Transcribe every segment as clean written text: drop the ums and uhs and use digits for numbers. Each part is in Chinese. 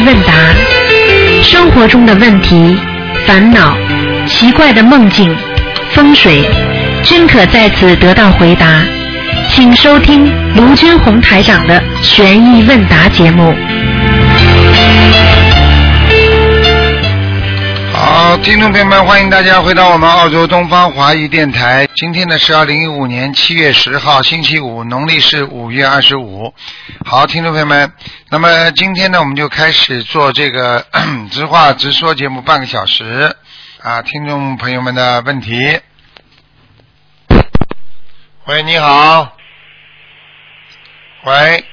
疑问答，生活中的问题、烦恼、奇怪的梦境、风水，均可在此得到回答。请收听卢军红台长的悬疑问答节目。 好，听众朋友们，欢迎大家回到我们澳洲东方华语电台。今天呢是2015年7月10号，星期五，农历是5月25。好，听众朋友们，那么今天呢我们就开始做这个直话直说节目半个小时啊，听众朋友们的问题。喂，你好。喂。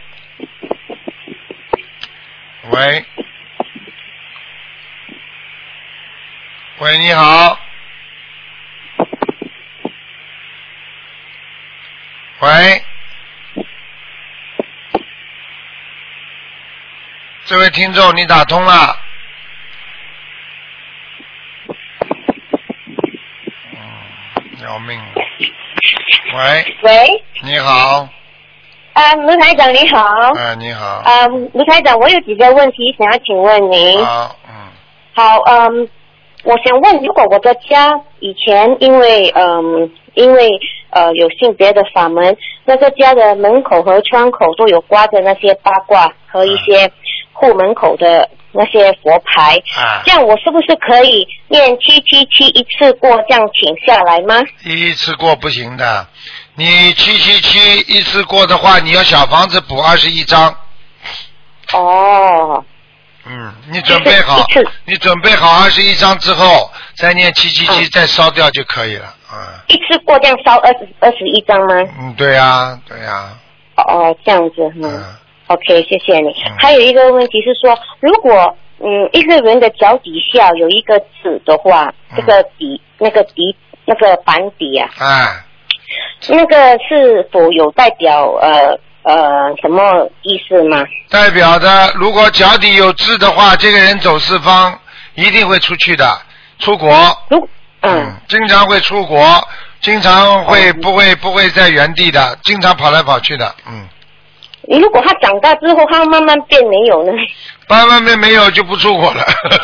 喂。喂，你好。喂，这位听众，你打通了。要命了。 喂。 你好。 卢台长你好。 你好。 卢台长，我有几个问题想要请问您。 好。 好，我想问，如果我的家以前因为有性别的法门，那个家的门口和窗口都有挂着那些八卦和一些护门口的那些佛牌，这样我是不是可以念777一次过这样请下来吗？ 一次过不行的，你777一次过的话，你要小房子补21张。 哦。 你准备好21张之后，再念777，再烧掉就可以了。 一次过这样烧21张吗？ 对呀。 哦，这样子。OK， 谢谢你。还有一个问题是说，如果一个人的脚底下有一个痣的话，这个那个板底啊，那个是否有代表什么意思吗？ 代表的，如果脚底有痣的话，这个人走四方一定会出去的，出国。经常会出国，经常会不会在原地的，经常跑来跑去的。 如果他长大之后，他慢慢变没有呢？ 慢慢变没有就不出国了。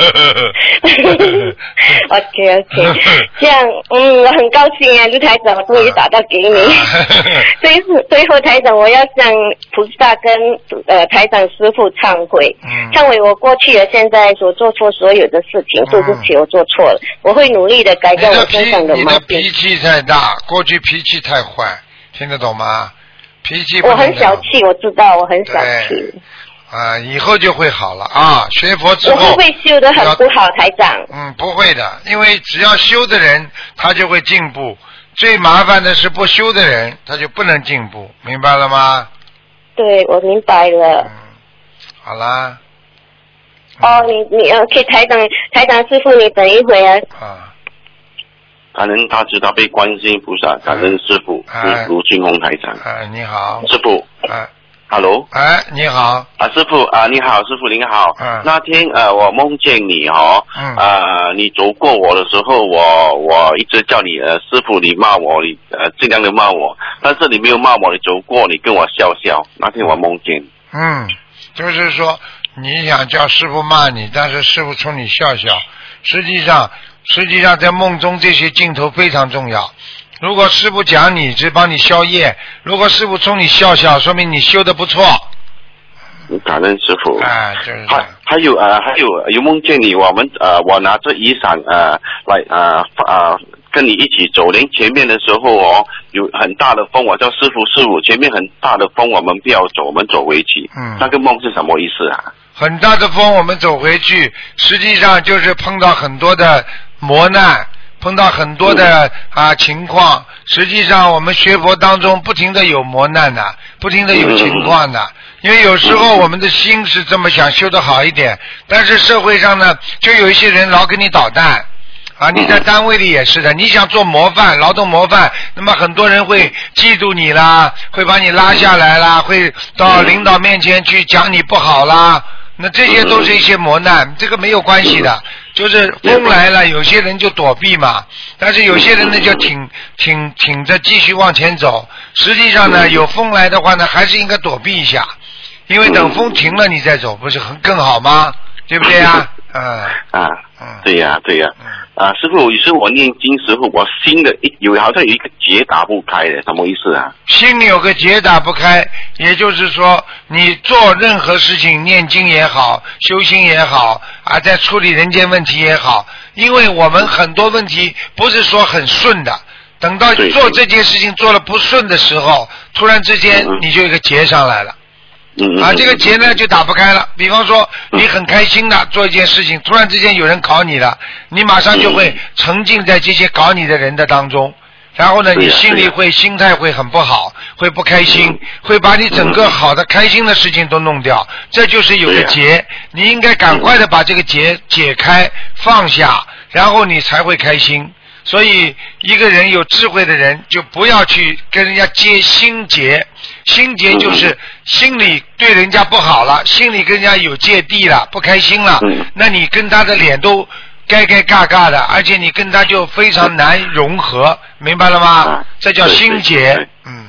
OK， 这样，我很高兴啊，卢台长，我终于打到给你。最后台长，我要向菩萨跟台长师父忏悔，忏悔我过去的现在所做错所有的事情，对不起，我做错了，我会努力的改掉我身上的毛病。 你的脾气太大，过去脾气太坏，听得懂吗？脾气不我很小气，我知道我很小气。 以后就会好了啊！学佛之后， 我会不会修得很不好，台长？ 不会的，因为只要修的人，他就会进步。最麻烦的是不修的人，他就不能进步，明白了吗？ 对，我明白了。 好啦。 你OK，台长师父，你等一会儿。 感恩大慈大悲观世音菩萨，感恩师父，卢俊宏台长。 你好。 师父。Hello。 你好。 师父你好，师父您好。那天我梦见你你走过我的时候，我一直叫你师父，你骂我，你尽量的骂我，但是你没有骂我，你走过，你跟我笑笑。那天我梦见。 就是说你想叫师父骂你，但是师父冲你笑笑。实际上在梦中这些镜头非常重要。如果师父讲你只帮你消业，如果师父冲你笑笑，说明你修得不错。 感恩师父。 就是还有梦见你，我拿着雨伞来跟你一起走，连前面的时候有很大的风，我叫师父，前面很大的风，我们不要走，我们走回去。那个梦是什么意思啊？ 很大的风我们走回去，实际上就是碰到很多的磨难，碰到很多的情况。实际上我们学佛当中不停的有磨难的，不停的有情况的。因为有时候我们的心是这么想修得好一点，但是社会上呢就有一些人老给你捣蛋你在单位里也是的，你想做模范，劳动模范，那么很多人会嫉妒你啦，会把你拉下来啦，会到领导面前去讲你不好啦，那这些都是一些磨难，这个没有关系的，就是风来了，有些人就躲避嘛，但是有些人呢就挺着继续往前走。实际上呢，有风来的话呢，还是应该躲避一下，因为等风停了你再走，不是更好吗？ 对不对呀？ 对呀。师傅，有时我念经时候，我心的好像有一个结打不开的，什么意思啊？ 心里有个结打不开，也就是说，你做任何事情，念经也好，修心也好，在处理人间问题也好，因为我们很多问题不是说很顺的，等到做这件事情做了不顺的时候，突然之间你就有一个结上来了。这个结呢就打不开了。比方说你很开心的做一件事情，突然之间有人搞你了，你马上就会沉浸在这些搞你的人的当中，然后呢你心里心态会很不好，会不开心，会把你整个好的开心的事情都弄掉，这就是有个结，你应该赶快的把这个结解开放下，然后你才会开心。所以一个人有智慧的人就不要去跟人家结心结，心结就是心里对人家不好了，心里跟人家有芥蒂了，不开心了，那你跟他的脸都该尬尬的，而且你跟他就非常难融合，明白了吗？这叫心结。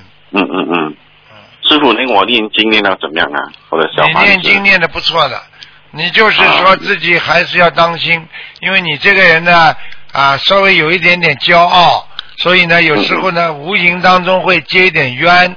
师傅，我念经念到怎么样啊？我的小房子。 你念经念得不错的，你就是说自己还是要当心，因为你这个人呢稍微有一点点骄傲，所以呢有时候呢无形当中会结一点冤。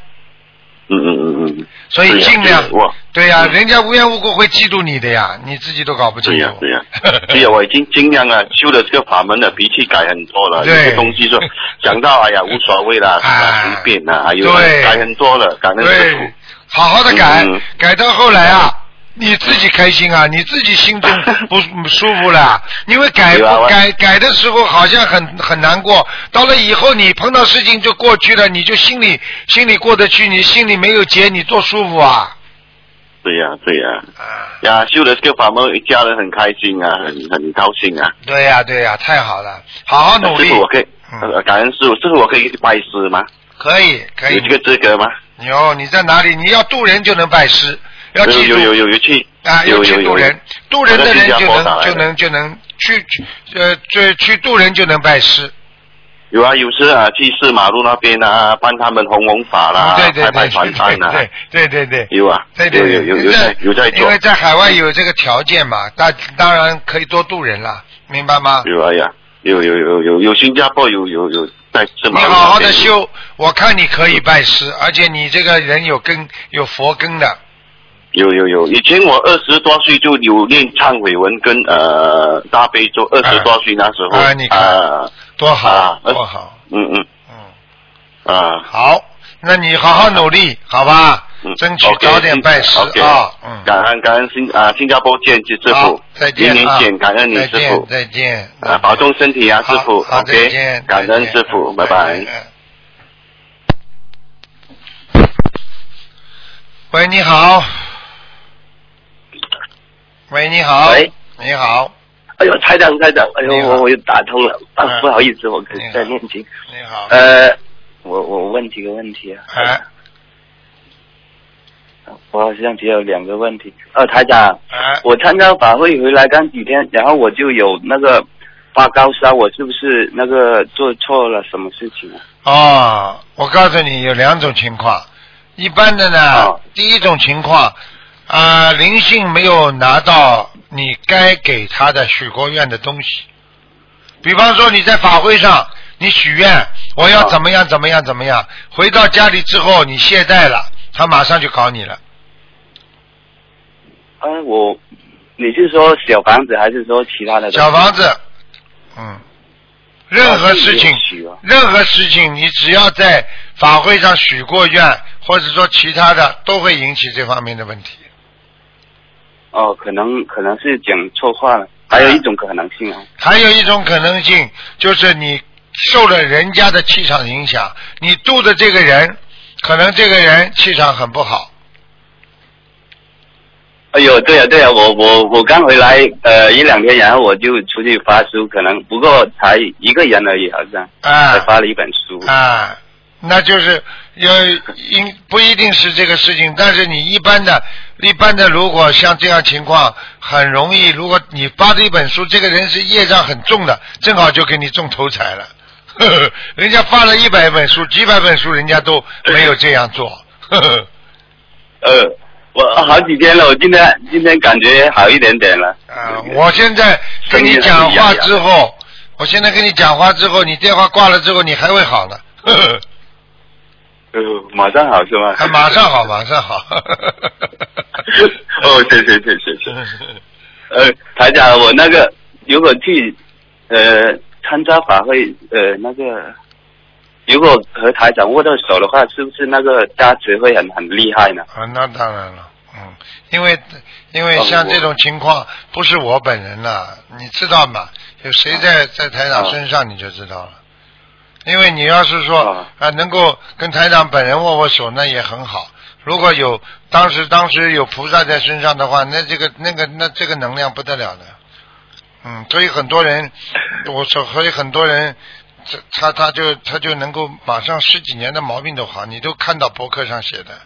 所以尽量对呀，人家无缘无故会嫉妒你的呀，你自己都搞不清楚。 对呀，所以我已经尽量修了这个法门的脾气改很多了，有些东西说想到无所谓啦，随便啦，改很多了，感恩师父。 好好的改到后来你自己开心你自己心中不舒服了，因为改的时候好像很难过，到了以后你碰到事情就过去了，你就心里过得去，你心里没有结，你多舒服啊。 对呀，修了这个法门，家人很开心很高兴啊。 对呀，太好了，好好努力。 师傅，我可以感恩师傅，师傅我可以拜师吗？ 可以。 有这个资格吗？ 有，你在哪里？你要渡人就能拜师。要记住有去要去渡人的人就能去渡人就能拜师。 有时去四马路那边帮他们弘法啦，拜传单啦。 对。 有有在做。 因为在海外有这个条件嘛，当然可以多渡人了，明白吗？ 有新加坡有在四马路。 你好好的修，我看你可以拜师，而且你这个人有佛根的。 有，以前我20多岁就有念忏悔文跟大悲咒，20多岁那时候你看多好多好。好，那你好好努力，好吧？争取早点拜师感恩新加坡见，师傅， 再见， 明年见，感恩你师傅， 再见， 保重身体师傅 ，OK， 感恩师傅，拜拜。 喂，你好。喂，你好。 喂， 你好。 哎呦，台长，哎呦，我又打通了，不好意思，我在念经。 你好。 我问几个问题我好像只有2个问题。台长，我参加法会回来刚几天，然后我就有那个发高烧，我是不是那个做错了什么事情我告诉你有2种情况。一般的呢，第一种情况灵性没有拿到你该给他的许过愿的东西。比方说你在法会上你许愿我要怎么样，回到家里之后你懈怠了，他马上就搞你了。 你是说小房子还是说其他的？ 小房子。任何事情你只要在法会上许过愿或者说其他的都会引起这方面的问题。 可能是讲错话了。还有一种可能性还有一种可能性就是你受了人家的气场影响，你度的这个人可能这个人气场很不好。 哎呦，对呀，我刚回来1-2天，然后我就出去发书，可能不过才1个人而已，好像才发了一本书那就是不一定是这个事情，但是你一般的如果像这样情况很容易，如果你发的一本书这个人是业障很重的，正好就给你中头彩了。人家发了100本书几百本书人家都没有这样做。 我好几天了，我今天感觉好一点点了。 我现在跟你讲话之后，你电话挂了之后，你还会好的。 马上好是吗？ 马上好，马上好。 哦，谢。台长，我那个如果去参加法会，那个如果和台长握到手的话，是不是那个加持会很厉害呢？ 那当然了，因为像这种情况不是我本人了，你知道吗？有谁在台长身上你就知道了。因为你要是说能够跟台长本人握手，那也很好。如果有当时有菩萨在身上的话，那这个能量不得了的。所以很多人，他就能够马上10几年的毛病都好，你都看到博客上写的。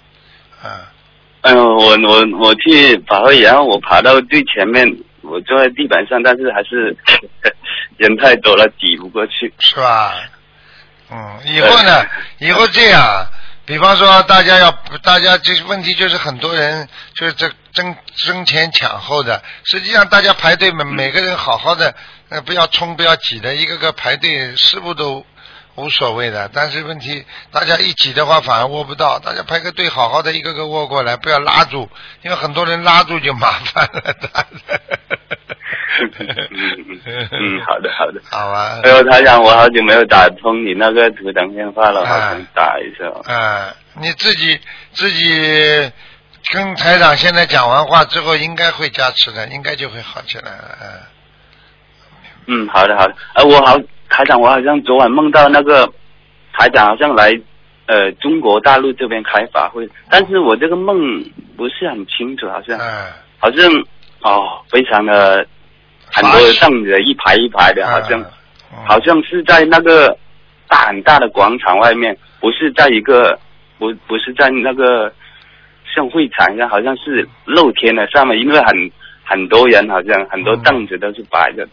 我去法会，然后我爬到最前面，我坐在地板上，但是还是人太多了，挤不过去。 是吧？以后这样，比方说大家这问题就是很多人就是这争前抢后的，实际上大家排队每个人好好的，不要冲不要挤的，一个个排队师傅都无所谓的，但是问题大家一挤的话反而握不到，大家排个队好好的一个个握过来，不要拉住，因为很多人拉住就麻烦了。 好的。 好啊。 台长，我好久没有打通你那个图腾电话了，好想打一下。 你自己跟台长现在讲完话之后，应该会加持的，应该就会好起来了。 好的。台长，我好像昨晚梦到那个台长好像来中国大陆这边开法会，但是我这个梦不是很清楚，好像非常的很多的凳子一排一排的，好像是在那个很大的广场外面，不是在那个像会场一样，好像是露天的上面，因为很多人，好像很多凳子都是摆的。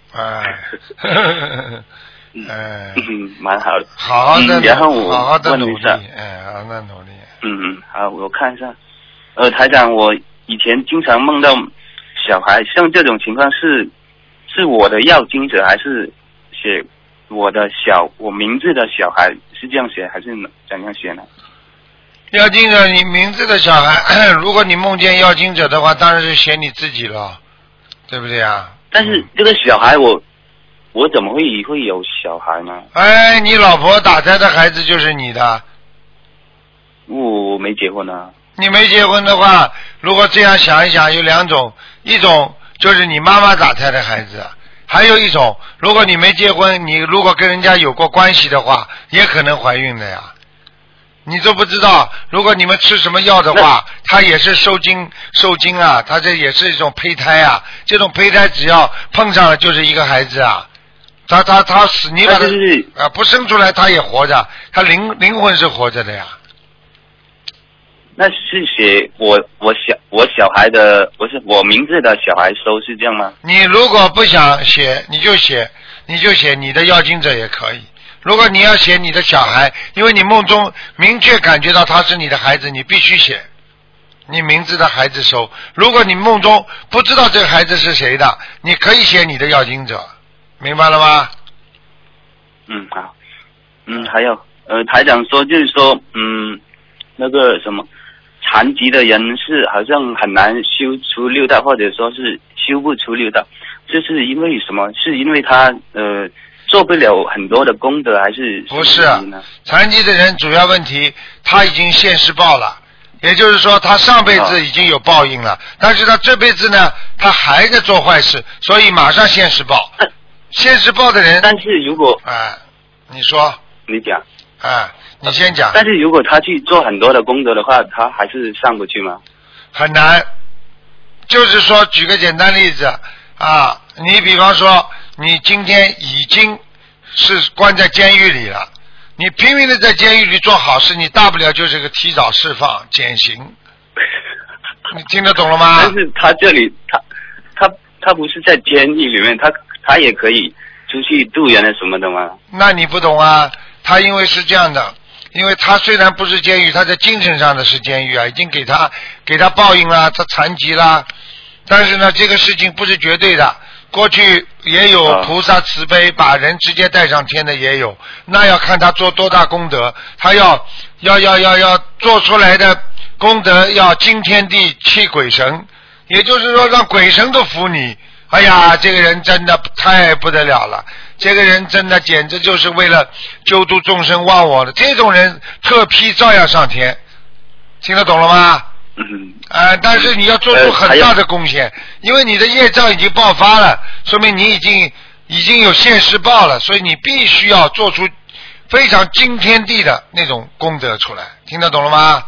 蛮好的。然后我问一下， 好好的努力。 好，我看一下。台长，我以前经常梦到小孩，像这种情况是我的要经者，还是写我名字的小孩是这样写，还是怎样写呢？ 要经者，你名字的小孩，如果你梦见要经者的话，当然是写你自己了，对不对啊？ 但是这个小孩我怎么会有小孩呢？ 你老婆打胎的孩子就是你的。 我没结婚啊。 你没结婚的话，如果这样想一想，有2种，一种就是你妈妈打胎的孩子，还有一种，如果你没结婚，你如果跟人家有过关系的话，也可能怀孕的呀。你都不知道，如果你们吃什么药的话，它也是受精啊，它这也是一种胚胎啊。这种胚胎只要碰上了就是一个孩子啊。他死，你把他不生出来，他也活着，他灵魂是活着的呀。 那是写我小孩的，不是我名字的小孩收，是这样吗？ 你如果不想写，你就写你的要经者也可以。如果你要写你的小孩，因为你梦中明确感觉到他是你的孩子，你必须写你名字的孩子收。如果你梦中不知道这个孩子是谁的，你可以写你的要经者，明白了吗？ 好。还有台长说就是说那个什么残疾的人是好像很难修出6道，或者说是修不出6道，这是因为什么？是因为他做不了很多的功德，还是不是？残疾的人主要问题他已经现世报了，也就是说他上辈子已经有报应了，但是他这辈子呢他还在做坏事，所以马上现世报。现世报的人， 但是如果你说你讲你先讲。 但是如果他去做很多的功德的话，他还是上不去吗？ 很难。就是说举个简单例子你比方说你今天已经是关在监狱里了，你拼命的在监狱里做好事，你大不了就是个提早释放减刑。你听得懂了吗？ 但是他这里他不是在监狱里面，他也可以出去渡人什么的吗？ 那你不懂啊，他因为是这样的， 因为他虽然不是监狱，他在精神上的是监狱啊，已经给他报应了，他残疾啦。但是呢，这个事情不是绝对的，过去也有菩萨慈悲把人直接带上天的也有，那要看他做多大功德，他要做出来的功德要惊天地泣鬼神，也就是说让鬼神都服你。哎呀，这个人真的太不得了了，这个人真的简直就是为了救度众生忘我的，这种人特批照样上天，听得懂了吗？但是你要做出很大的贡献，因为你的业障已经爆发了，说明你已经有现世报了，所以你必须要做出非常惊天地的那种功德出来，听得懂了吗？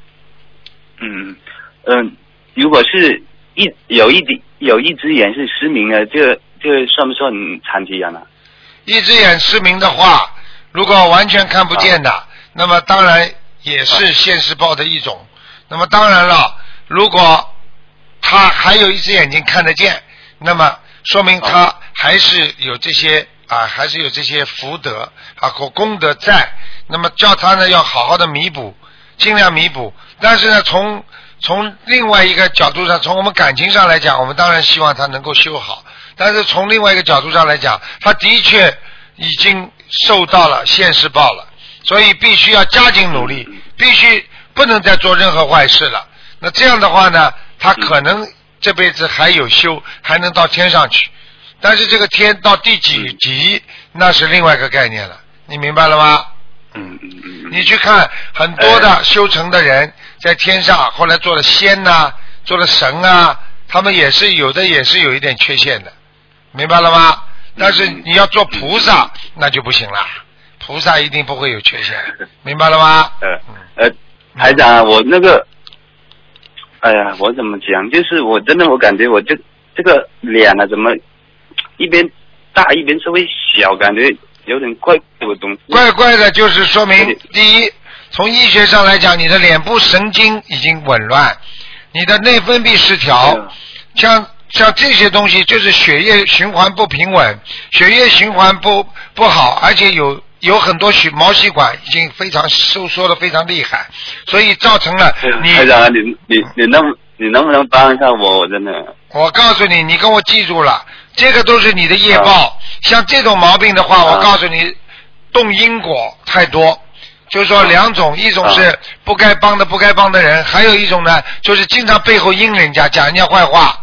如果是有一只眼是失明的，这算不算残疾人啊？一只眼失明的话，如果完全看不见的，那么当然也是现世报的一种。那么当然了，如果他还有一只眼睛看得见，那么说明他还是有这些福德和功德在。那么叫他呢要好好的弥补，尽量弥补。但是呢，从另外一个角度上，从我们感情上来讲，我们当然希望他能够修好。但是从另外一个角度上来讲，他的确已经受到了现世报了，所以必须要加紧努力，必须不能再做任何坏事了。那这样的话呢，他可能这辈子还有修，还能到天上去。但是这个天到第几级，那是另外一个概念了，你明白了吗？你去看很多的修成的人在天上，后来做了仙呐，做了神啊，他们也是有一点缺陷的，明白了吗？但是你要做菩萨，那就不行了，菩萨一定不会有缺陷，明白了吗？ 台长，我那个，哎呀，我怎么讲？就是我感觉我这个脸啊，怎么一边大一边稍微小，感觉有点怪怪的东西。 怪怪的，就是说明第一，从医学上来讲，你的脸部神经已经紊乱，你的内分泌失调，像这些东西就是血液循环不平稳，血液循环不好，而且有很多毛细管已经非常收缩的非常厉害，所以造成了你。 台长，你能不能帮一下我？我真的。 我告诉你，你跟我记住了，这个都是你的业报。像这种毛病的话，我告诉你，动因果太多。就是说两种，一种是不该帮的人，还有一种呢，就是经常背后阴人家，讲人家坏话。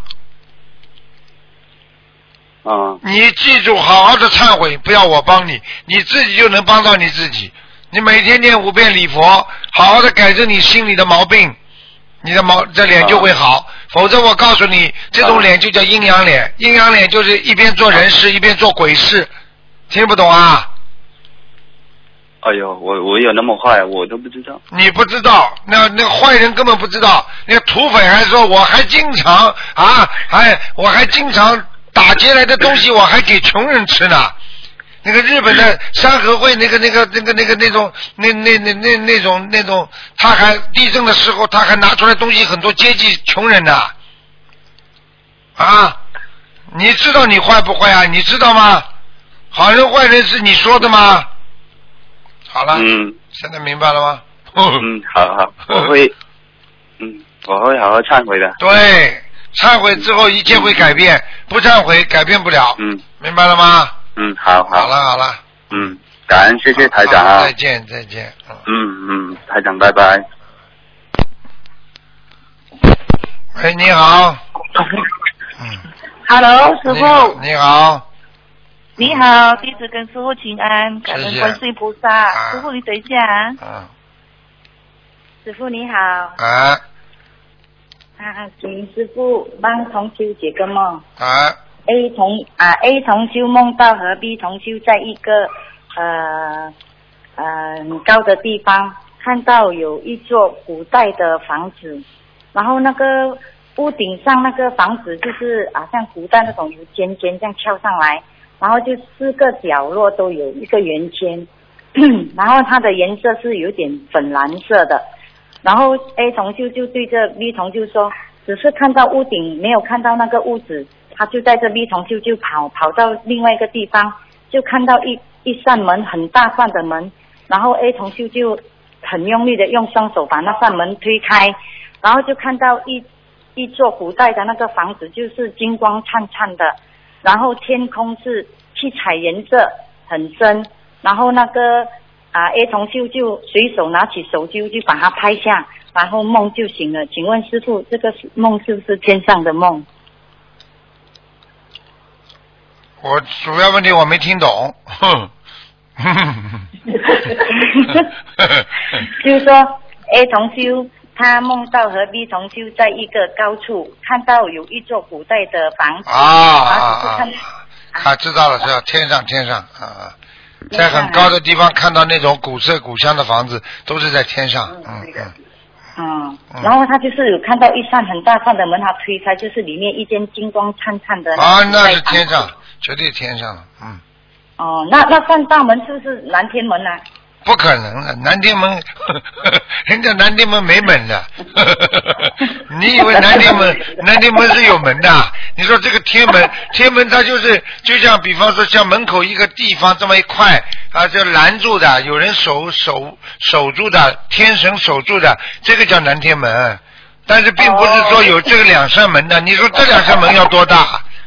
你记住，好好的忏悔，不要我帮你，你自己就能帮到你自己。你每天念5遍礼佛，好好的改正你心里的毛病，你的这脸就会好。否则我告诉你，这种脸就叫阴阳脸，阴阳脸就是一边做人事一边做鬼事，听不懂啊？ 哎呦，我有那么坏，我都不知道。 你不知道，那个坏人根本不知道。那个土匪还说，我还经常打劫来的东西，我还给穷人吃呢。那个日本的山河会那种，他还地震的时候，他还拿出来东西很多接济穷人呢。你知道你坏不坏啊？你知道吗？好人坏人是你说的吗？好了，现在明白了吗？ 好，我会好好忏悔的。 对，忏悔之后一切会改变，不忏悔改变不了。明白了吗？ 好了。 感恩，谢谢台长啊。 再见。 台长，拜拜。 喂，你好。 Hello， 师傅。 你好。 你好，弟子跟师傅请安，感恩观世音菩萨。师傅，你等一下啊。师傅你好。请师傅帮同修解个梦。A 同修梦到和 B 同修在一个很高的地方，看到有一座古代的房子，然后那个屋顶上那个房子就是像古代那种有尖尖这样翘上来，然后就4个角落都有一个圆圈，然后它的颜色是有点粉蓝色的。然后 A 同修就对着 B 同修说，只是看到屋顶，没有看到那个屋子。他就在这 B 同修就跑到另外一个地方，就看到一扇门，很大扇的门，然后 A 同修就很用力的用双手把那扇门推开，然后就看到一座古代的那个房子，就是金光灿灿的，然后天空是七彩颜色很深，然后那个A 同修就随手拿起手机就把它拍下，然后梦就醒了。请问师父，这个梦是不是天上的梦？ 我主要问题我没听懂。 就是说 A 同修他梦到和 B 同修在一个高处看到有一座古代的房子知道了，知道天上在很高的地方看到那种古色古香的房子都是在天上。 然后他就是有看到一扇很大扇的门，他推开就是里面一间金光灿灿的那是天上，绝对天上了。 那扇大门是不是南天门啊？ 不可能的，南天门人家南天门没门的。你以为南天门是有门的？你说这个天门它就像比方说像门口一个地方这么一块就拦住的，有人守住的，天神守住的，这个叫南天门。但是并不是说有这个两扇门的，你说这两扇门要多大？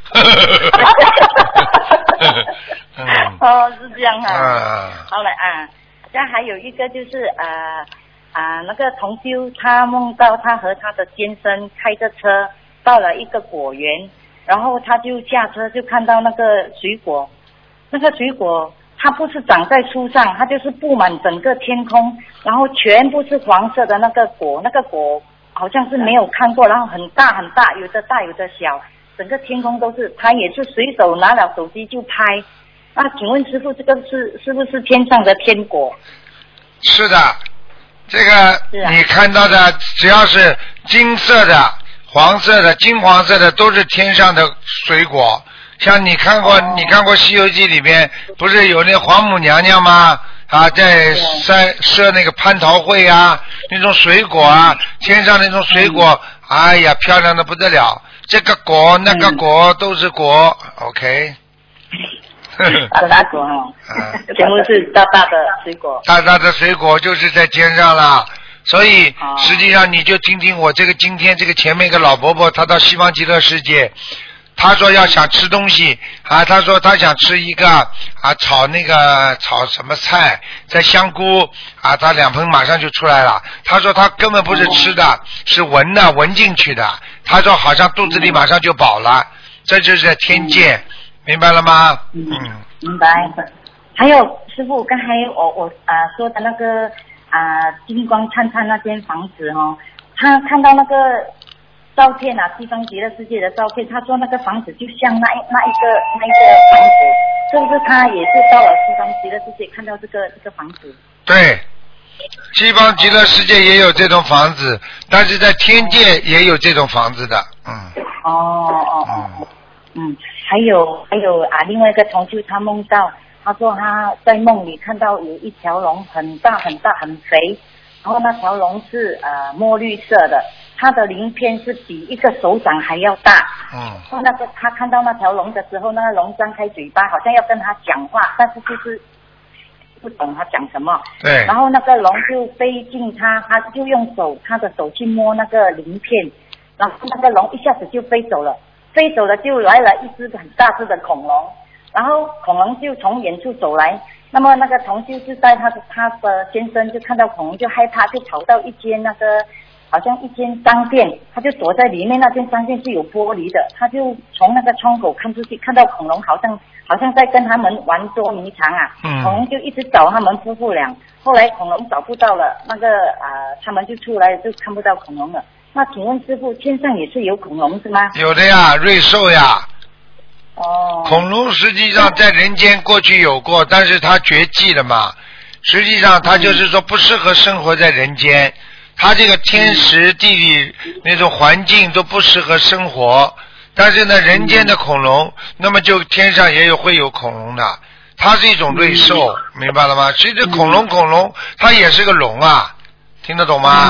是这样好了这还有一个就是那个同修他梦到他和他的先生开着车到了一个果园，然后他就下车就看到那个水果，它不是长在树上，它就是布满整个天空，然后全部是黄色的那个果好像是没有看过，然后很大很大，有的大有的小，整个天空都是，他也是随手拿了手机就拍。那请问师父，这个是不是天上的天果？ 是的，这个你看到的只要是金色的、黄色的、金黄色的，都是天上的水果。像你看过《西游记》里面不是有那皇母娘娘吗？在设那个蟠桃会那种水果天上那种水果，哎呀，漂亮的不得了。这个果那个果都是果 ，OK。 大果全部是大大的水果。 大大的水果就是在天上了，所以实际上你就听听我今天这个前面一个老伯伯，他到西方极乐世界，他说要想吃东西他说他想吃一个炒什么菜，在香菇他2盆马上就出来了。他说他根本不是吃的，是闻进去的。他说好像肚子里马上就饱了，这就是在天界。明白了吗？ 明白。还有师父，刚才我说的那个金光灿灿那间房子他看到那个照片西方极乐世界的照片，他说那个房子就像那一个房子，是不是他也是到了西方极乐世界看到这个房子？对， 西方极乐世界也有这种房子，但是在天界也有这种房子的。 还有另外一个同修他梦到，他说他在梦里看到有一条龙很大很大很肥，然后那条龙是墨绿色的，它的鳞片是比一个手掌还要大。他看到那条龙的时候，那个龙张开嘴巴好像要跟他讲话，但是就是不懂他讲什么。 对。 然后那个龙就飞近他就用他的手去摸那个鳞片，然后那个龙一下子就飞走了就来了一只很大只的恐龙，然后恐龙就从远处走来，那么那个同修是在他的先生就看到恐龙就害怕，就跑到一间好像一间商店，他就躲在里面，那间商店是有玻璃的，他就从那个窗口看出去，看到恐龙好像在跟他们玩捉迷藏恐龙就一直找他们夫妇俩，后来恐龙找不到了，他们就出来就看不到恐龙了。那请问师父，天上也是有恐龙是吗？ 有的呀，瑞兽呀。恐龙实际上在人间过去有过，但是它绝迹了嘛。实际上它就是说不适合生活在人间，它这个天时地利那种环境都不适合生活。但是呢，人间的恐龙，那么就天上也会有恐龙的，它是一种瑞兽，明白了吗？其实恐龙它也是个龙听得懂吗？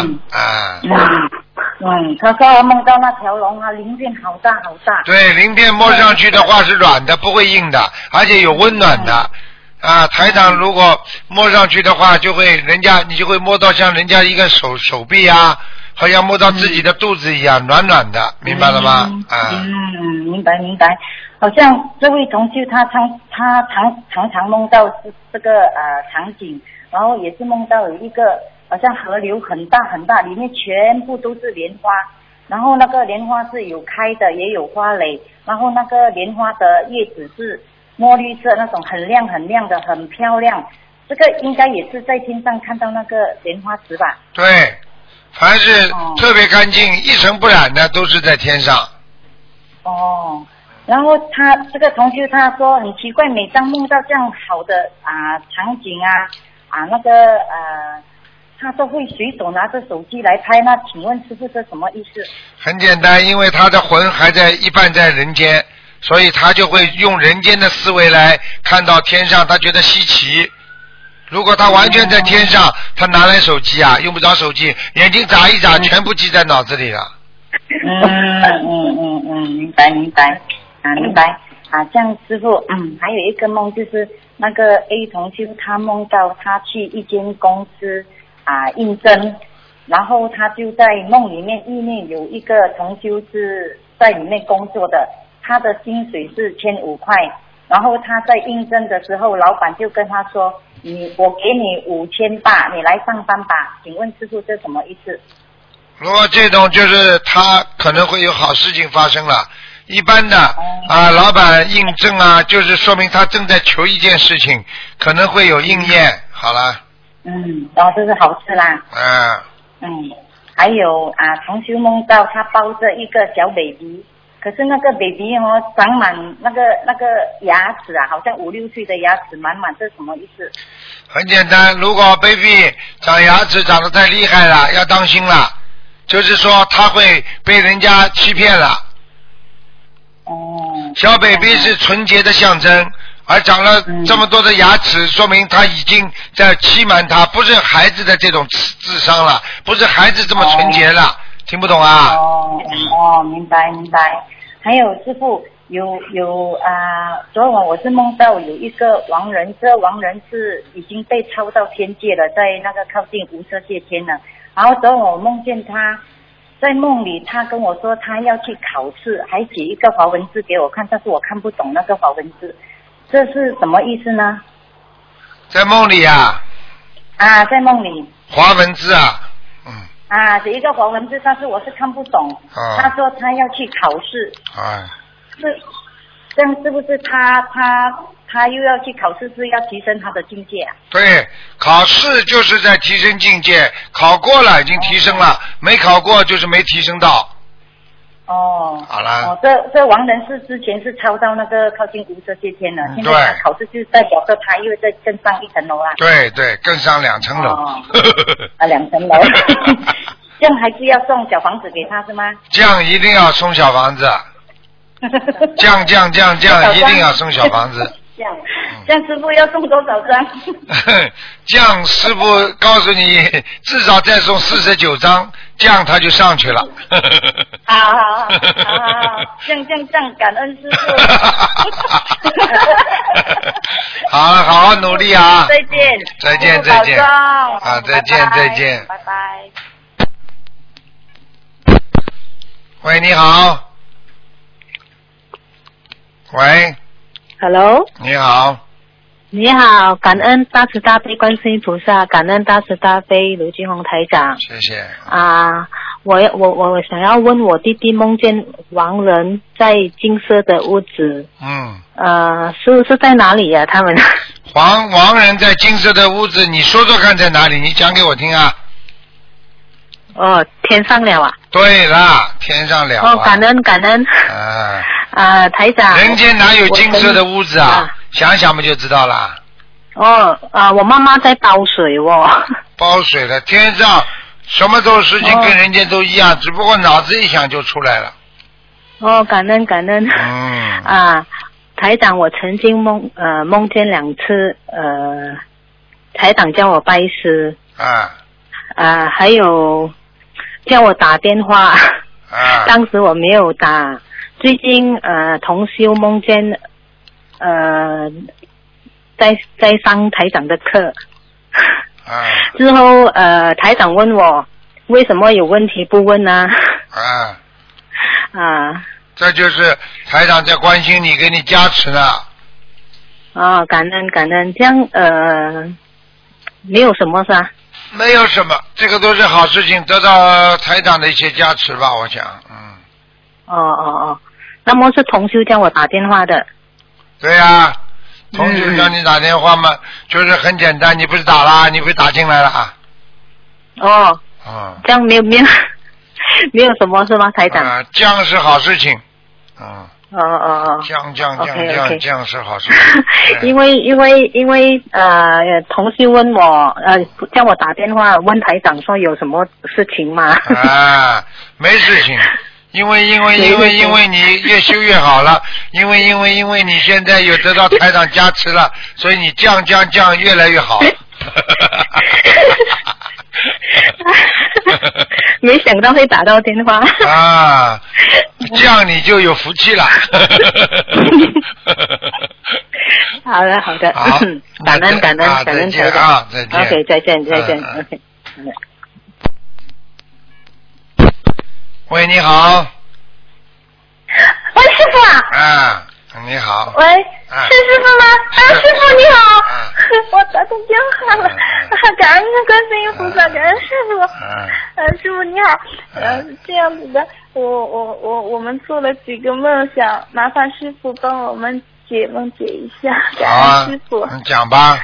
他说梦到那条龙鳞片好大好大。 对，鳞片摸上去的话是软的，不会硬的，而且有温暖的。 台长如果摸上去的话，就会你就会摸到像人家一个手臂啊，好像摸到自己的肚子一样，暖暖的，明白了吗？ 明白。好像这位同修他常常梦到这个场景，然后也是梦到有一个好像河流很大很大，里面全部都是莲花，然后那个莲花是有开的也有花蕾，然后那个莲花的叶子是墨绿色那种很亮很亮的，很漂亮。这个应该也是在天上看到那个莲花池吧？ 对，凡是特别干净、一尘不染的都是在天上。 然后他这个同学他说很奇怪，每当梦到这样好的场景那个他都会随手拿着手机来拍，那请问师父这什么意思？ 很简单，因为他的魂还在一半在人间，所以他就会用人间的思维来看到天上，他觉得稀奇。如果他完全在天上，他拿来手机用不着手机，眼睛眨一眨，全部记在脑子里了。 明白这样师父还有一个梦，就是那个 A 同修他梦到他去一间公司应征，然后他就在梦里面意念有一个同修是在里面工作的，他的薪水是1500块，然后他在应征的时候老板就跟他说我给你5800，你来上班吧。请问师父这什么意思？ 如果这种就是他可能会有好事情发生了，一般的老板应征就是说明他正在求一件事情，可能会有应验。好了。 这是好事啦。还有同修梦到他抱着一个小 baby， 可是那个 baby 长满那个牙齿好像5、6岁的牙齿满满，这是什么意思？ 很简单，如果 baby 长牙齿长得太厉害了，要当心了，就是说他会被人家欺骗了。小 baby 是纯洁的象征，而长了这么多的牙齿，说明他已经在欺瞒他，不是孩子的这种智商了，不是孩子这么纯洁了。听不懂啊？ 明白。还有师父有昨晚我是梦到有一个亡人，这亡人是已经被抄到天界了，在那个靠近无色界天了。然后昨晚我梦见他在梦里，他跟我说他要去考试，还写一个华文字给我看，但是我看不懂那个华文字，这是什么意思呢？ 在梦里在梦里华文字写一个华文字，但是我是看不懂。他说他要去考试。是这样，是不是他又要去考试，是要提升他的境界对，考试就是在提升境界，考过了已经提升了，没考过就是没提升到。好了。 这亡人是之前是抄到那个靠近无色界天了，现在他考试就代表着他又再更上一层楼啦。 对，更上2层楼。 2层楼。这样还是要送小房子给他是吗？ 这样一定要送小房子。这样一定要送小房子。 这样师傅要送多少张？ 这样师傅告诉你，至少再送49张，这样他就上去了。 好，这样感恩师傅。 好，好好努力啊！ 再见。 再见。再见。 拜拜。 喂，你好。喂。 Hello。 你好，感恩大慈大悲观世音菩萨，感恩大慈大悲卢俊宏台长。 谢谢。 我想要问我弟弟梦见亡人在金色的屋子。是在哪里呀？他们亡人在金色的屋子，你说说看在哪里？你讲给我听啊。 天上了啊。 对啦，天上了。 感恩。台长。 人间哪有金色的屋子啊？想想不就知道了。 我妈妈在包水包水了，天上什么都事情跟人间都一样，只不过脑子一想就出来了。 感恩。台长，我曾经梦见2次，台长叫我拜师。还有叫我打电话。当时我没有打。最近同修梦见在上台长的课。之后台长问我为什么有问题不问呢？ 这就是台长在关心你，给你加持呢。 感恩，这样没有什么是吧？ 没有什么，这个都是好事情，得到台长的一些加持吧，我想。 那么是同修叫我打电话的。 对呀，同修叫你打电话嘛，就是很简单，你不是打啦，你不是打进来了这样没有什么是吗，台长？ 这样是好事情。这样是好事情。 因为同事问我叫我打电话问台长说有什么事情吗？ 没事情，因为你越修越好了，因为你现在有得到台长加持了，所以你降越来越好。 没想到会打到电话这样你就有福气了。 好的，感恩台长，再见OK， 再见OK。 喂，你好。 喂，师傅。 你好。 喂，是师傅吗？师傅你好，我打通电话了，感恩观世音菩萨，感恩师傅。师傅你好，这样子的，我们做了几个梦想，麻烦师傅帮我们解梦解一下，感恩师傅。 你讲吧。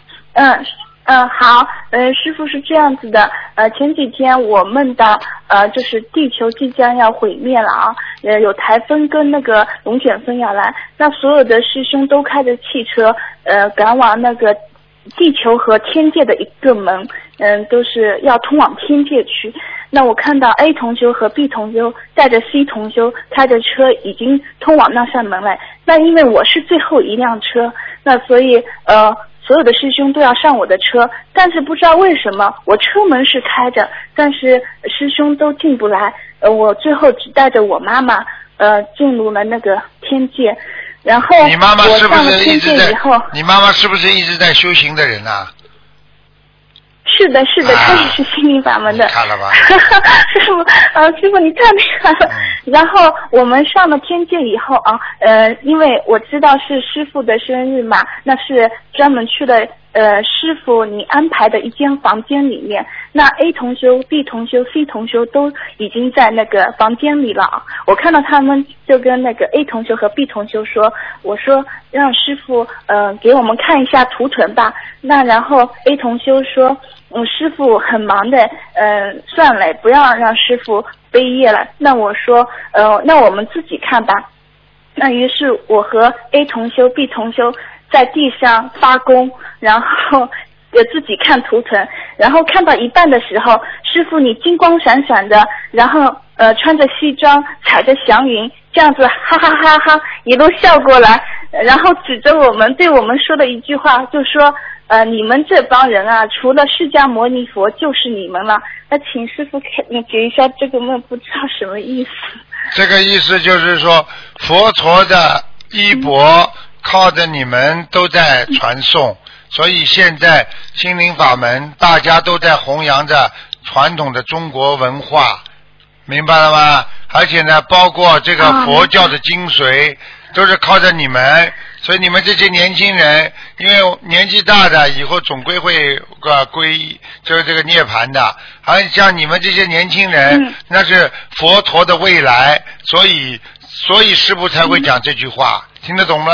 好，师傅是这样子的，前几天我梦到，就是地球即将要毁灭了啊，有台风跟那个龙卷风要来，那所有的师兄都开着汽车，赶往那个地球和天界的一个门，都是要通往天界去。那我看到 A 同修和 B 同修带着 C 同修开着车已经通往那扇门来，那因为我是最后一辆车，那所以所有的师兄都要上我的车，但是不知道为什么我车门是开着，但是师兄都进不来，我最后只带着我妈妈进入了那个天界，然后我上了天界以后， 你妈妈是不是一直在修行的人啊？ 是的，他也是心灵法门的。 看了吧？ 师傅你太厉害了。然后我们上了天界以后啊，因为我知道是师傅的生日嘛，那是专门去了师傅你安排的一间房间里面。那 A 同修、B 同修、C 同修都已经在那个房间里了。我看到他们就跟那个 A 同修和 B 同修说，我说让师傅给我们看一下图腾吧。那然后 A 同修说，师傅很忙的，算了，不要让师傅背业了。那我说，那我们自己看吧。那于是我和 A 同修、B 同修在地上发功，然后自己看图腾，然后看到一半的时候，师傅你金光闪闪的，然后穿着西装，踩着祥云，这样子哈哈哈哈一路笑过来，然后指着我们对我们说了一句话，就说你们这帮人啊，除了释迦牟尼佛就是你们了。那请师傅解一下这个梦，不知道什么意思。 这个意思就是说，佛陀的衣钵靠着你们都在传颂，所以现在心灵法门大家都在弘扬着传统的中国文化，明白了吗？而且呢，包括这个佛教的精髓都是靠着你们，所以你们这些年轻人，因为年纪大的以后总归会归就是这个涅槃的，而像你们这些年轻人，那是佛陀的未来，所以师父才会讲这句话，听得懂吗？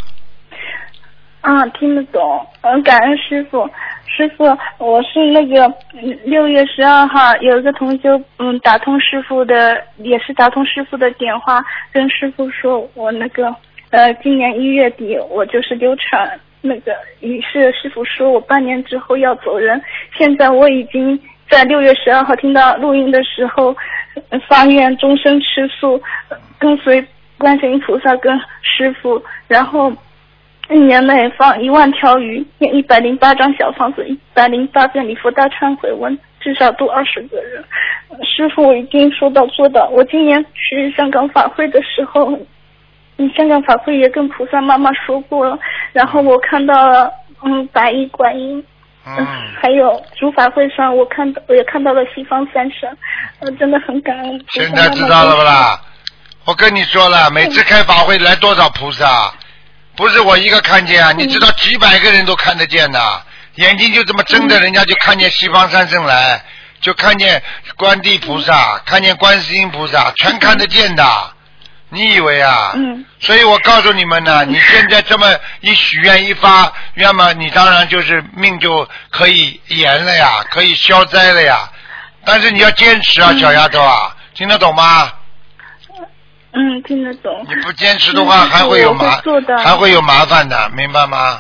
听得懂。感恩师父。师父，我是那个6月12号有一个同修打通师父的，也是打通师父的电话，跟师父说我那个今年1月底我就是流产，那个于是师父说我半年之后要走人。现在我已经在6月12号听到录音的时候发愿终身吃素，跟随观世音菩萨跟师父，然后1年内放1万条鱼，念108张小房子，108遍礼佛大忏悔文，至少度20个人。师父，我已经说到做到。我今年去香港法会的时候， 香港法会也跟菩萨妈妈说过了，然后我看到了白衣观音，还有主法会上我也看到了西方三圣，真的很感恩。 现在知道了不啦？我跟你说了，每次开法会来多少菩萨，不是我一个看见啊，你知道几百个人都看得见的，眼睛就这么睁着，人家就看见西方三圣来，就看见观地菩萨，看见观世音菩萨，全看得见的。你以为啊？所以我告诉你们呢，你现在这么一许愿一发愿嘛，你当然就是命就可以延了呀，可以消灾了呀。但是你要坚持啊，小丫头啊，听得懂吗？ 听得懂。 你不坚持的话，还会有麻烦的，明白吗？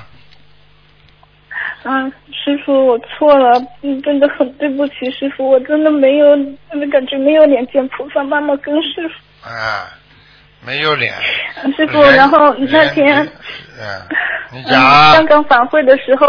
师傅，我错了，真的很对不起师傅，我真的没有感觉没有脸见菩萨妈妈跟师傅。 没有脸。 师傅，然后那天， 你讲香港法会的时候，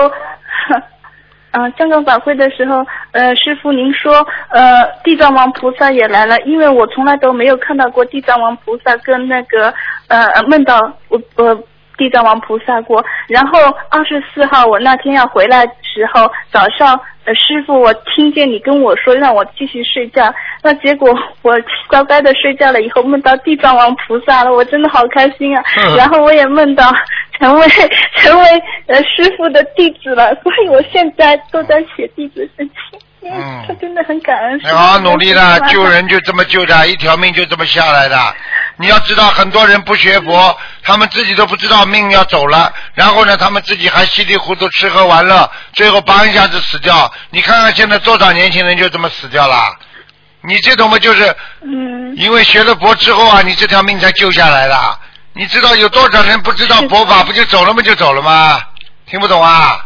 师傅您说，地藏王菩萨也来了，因为我从来都没有看到过地藏王菩萨跟那个梦到地藏王菩萨过。然后24号我那天要回来的时候，早上师傅我听见你跟我说让我继续睡觉，那结果我乖乖的睡觉了以后梦到地藏王菩萨了，我真的好开心啊。然后我也梦到成为师傅的弟子了，所以我现在都在写弟子申请。他真的很感恩。 你好好努力了，救人就这么救的，一条命就这么下来的。你要知道，很多人不学佛，他们自己都不知道命要走了，然后呢，他们自己还稀里糊涂吃喝玩乐，最后一下子死掉。你看看现在多少年轻人就这么死掉了。你这种嘛，就是因为学了佛之后啊，你这条命才救下来的。你知道有多少人不知道佛法，不就走了吗？就走了吗？听不懂啊？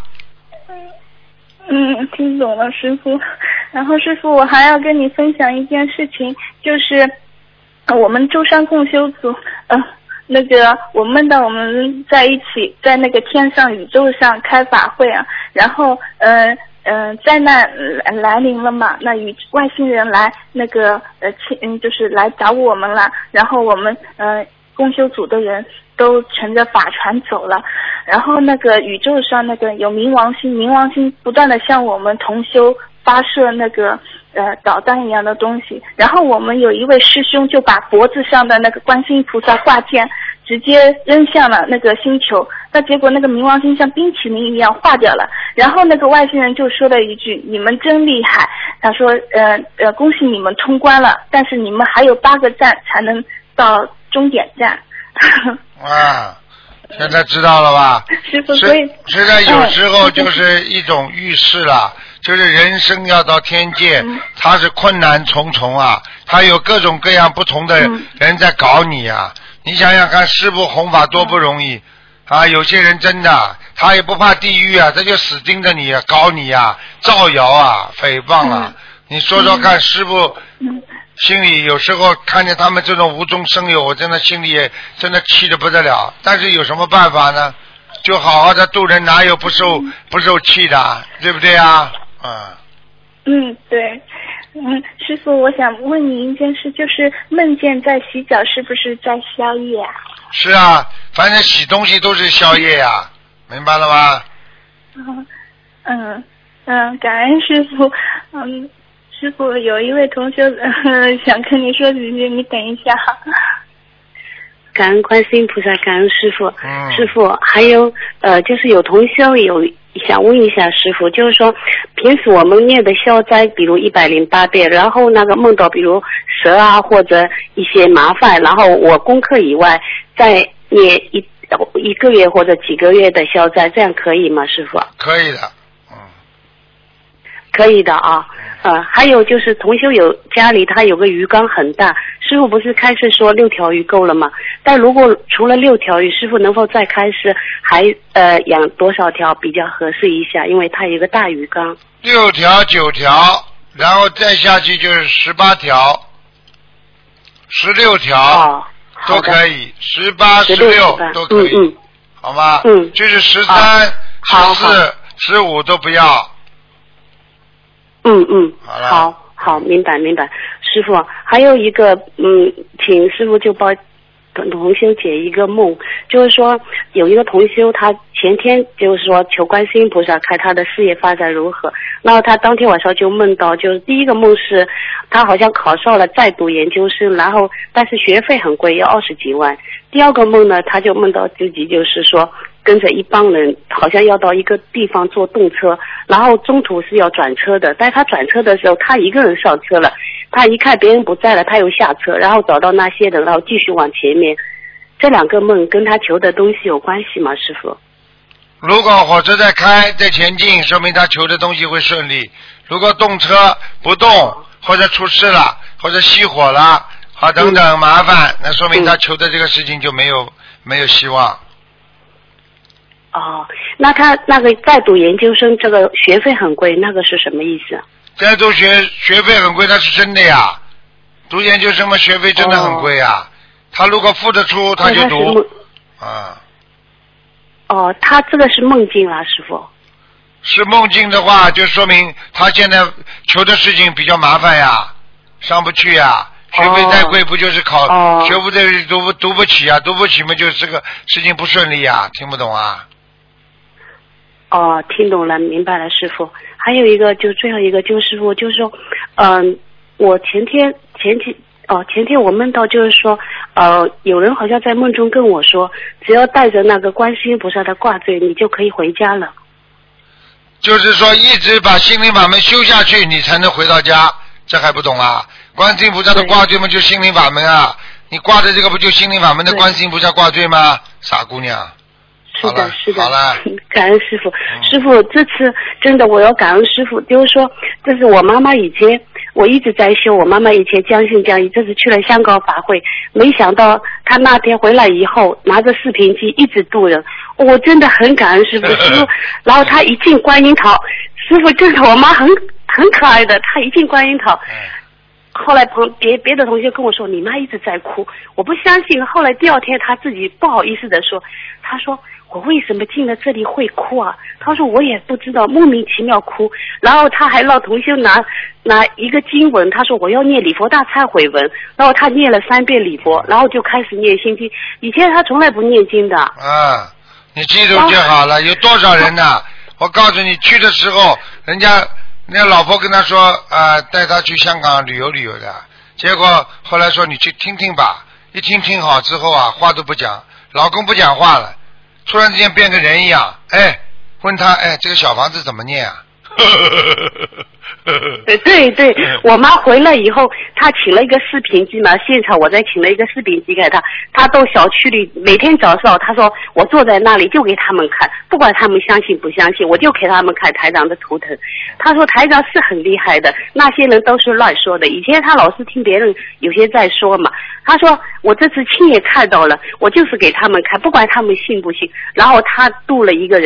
听懂了师傅。然后师傅，我还要跟你分享一件事情，就是我们舟山共修组那个我梦到我们在一起在那个天上宇宙上开法会啊，然后灾难来临了嘛，那外星人来那个就是来找我们了，然后我们共修组的人都乘着法船走了，然后那个宇宙上那个有冥王星不断的向我们同修发射那个导弹一样的东西，然后我们有一位师兄就把脖子上的那个观世音菩萨挂件直接扔向了那个星球，那结果那个冥王星像冰淇淋一样化掉了，然后那个外星人就说了一句你们真厉害，他说恭喜你们通关了，但是你们还有8个站才能到终点站。 现在知道了吧？ 师傅，所以现在有时候就是一种预示了，就是人生要到天界，它是困难重重啊，它有各种各样不同的人在搞你啊。你想想看，师父弘法多不容易啊！有些人真的他也不怕地狱啊，他就死盯着你搞你啊，造谣啊，诽谤啊。你说说看，师父心里有时候看见他们这种无中生有，我真的心里也真的气得不得了。但是有什么办法呢？就好好的度人，哪有不受气的，对不对啊？ 对。师傅，我想问你一件事，就是梦见在洗脚是不是在宵夜啊？ 是啊，反正洗东西都是宵夜呀，明白了吗？ 感恩师傅。师傅，有一位同学想跟你说几句，你等一下。 感恩观世音菩萨，感恩师傅。师傅，还有就是有同修想问一下师傅，就是说平时我们念的消灾，比如108遍，然后那个梦到比如蛇啊或者一些麻烦，然后我功课以外再念一个月或者几个月的消灾，这样可以吗师傅？ 可以的。 可以的啊。还有就是同修家里他有个鱼缸很大，师傅不是开始说6条鱼够了吗？但如果除了6条鱼，师傅能否再开始还养多少条比较合适一下？因为他有一个大鱼缸。 6条9条，然后再下去就是18条16条都可以，18、16都可以，好吗？就是13、14、15都不要。 好，明白。师傅，还有一个请师傅就同修解一个梦，就是说有一个同修他前天就是说求观世音菩萨看他的事业发展如何，然后他当天晚上就梦到，就是第一个梦是他好像考上了在读研究生，然后但是学费很贵，要20几万。第二个梦呢，他就梦到自己就是说跟着一帮人好像要到一个地方坐动车，然后中途是要转车的，但他转车的时候他一个人上车了，他一看别人不在了，他又下车，然后找到那些人，然后继续往前面。这两个梦跟他求的东西有关系吗，师父？ 如果火车在开在前进，说明他求的东西会顺利。如果动车不动，或者出事了，或者熄火了等等麻烦，那说明他求的这个事情就没有希望。 哦，那他那个在读研究生这个学费很贵，那个是什么意思？ 在读学费很贵，那是真的呀。读研究生嘛，学费真的很贵呀。他如果付得出，他就读。 哦，他这个是梦境啦，师父。 是梦境的话，就说明他现在求的事情比较麻烦呀，上不去呀。学费太贵，不就是学不对读不起啊？读不起嘛，就是这个事情不顺利啊，听不懂啊？ 哦，听懂了，明白了，师父。还有一个，就最后一个，就是师父，就是说，我前天我梦到就是说，有人好像在梦中跟我说，只要带着那个观世音菩萨的挂坠，你就可以回家了。 就是说，一直把心灵法门修下去，你才能回到家，这还不懂啊？观世音菩萨的挂坠嘛，就心灵法门啊！你挂的这个不就心灵法门的观世音菩萨挂坠吗？傻姑娘。 是的，是的。 好了， 感恩师父。师父，这次真的我要感恩师父，就是说，这是我妈妈以前我一直在修，我妈妈以前将信将疑，这次去了香港法会，没想到她那天回来以后拿着视频机一直度人，我真的很感恩师父。师父，然后她一进观音堂，师父真的我妈很可爱的，她一进观音堂。后来别的同学跟我说你妈一直在哭，我不相信。后来第二天她自己不好意思的说，她说我为什么进了这里会哭啊？她说我也不知道，莫名其妙哭。然后她还让同学拿一个经文，她说我要念礼佛大忏悔文，然后她念了3遍礼佛，然后就开始念心经。以前她从来不念经的。 你记住就好了。有多少人呢？我告诉你，去的时候人家老婆跟他说带他去香港旅游的，结果后来说你去听听吧，一听好之后话都不讲，老公不讲话了，突然之间变个人一样，问他这个小房子怎么念啊？ 对，我妈回来以后，她请了一个视频机嘛，现场我再请了一个视频机给她，她到小区里每天早上，她说我坐在那里就给他们看，不管他们相信不相信，我就给他们看台长的图腾。她说台长是很厉害的，那些人都是乱说的，以前她老是听别人有些在说嘛。她说我这次亲眼看到了，我就是给他们看，不管他们信不信。然后她度了一个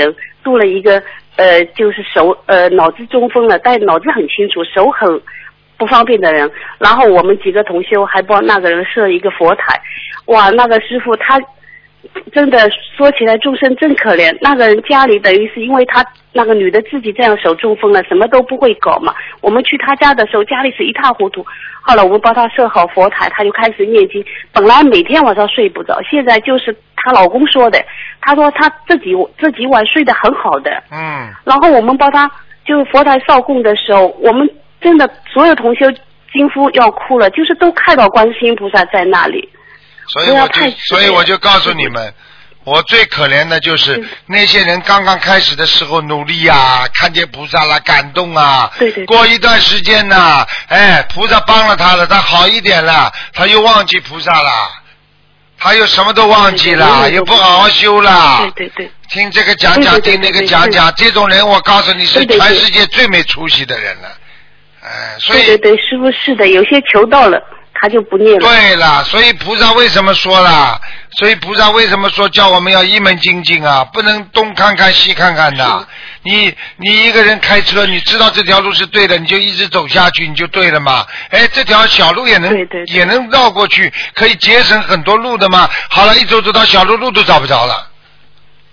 就是脑子中风了，但脑子很清楚，手很不方便的人。然后我们几个同修还帮那个人设一个佛台。哇，那个师父他真的说起来众生真可怜，那个人家里等于是因为他那个女的自己这样手中风了，什么都不会搞嘛。我们去他家的时候家里是一塌糊涂，后来我们帮他设好佛台，他就开始念经，本来每天晚上睡不着，现在就是她老公说的，她说她这几晚睡得很好的。然后我们帮她就佛台烧供的时候，我们真的所有同修几乎要哭了，就是都看到观世音菩萨在那里。 所以我就告诉你们，我最可怜的就是那些人刚刚开始的时候努力看见菩萨了，感动对， 过一段时间菩萨帮了他了，他好一点了，他又忘记菩萨了，他又什么都忘记了，也不好好修了。 对， 听这个讲讲，听那个讲讲，这种人我告诉你是全世界最没出息的人了。所以对，师父是的，有些求到了他就不念了。 对了，所以菩萨为什么说了？所以菩萨为什么说叫我们要一门精进啊？不能东看看西看看的。你一个人开车，你知道这条路是对的，你就一直走下去，你就对了嘛。这条小路也能绕过去，可以节省很多路的嘛。好了，一走到小路都找不着了。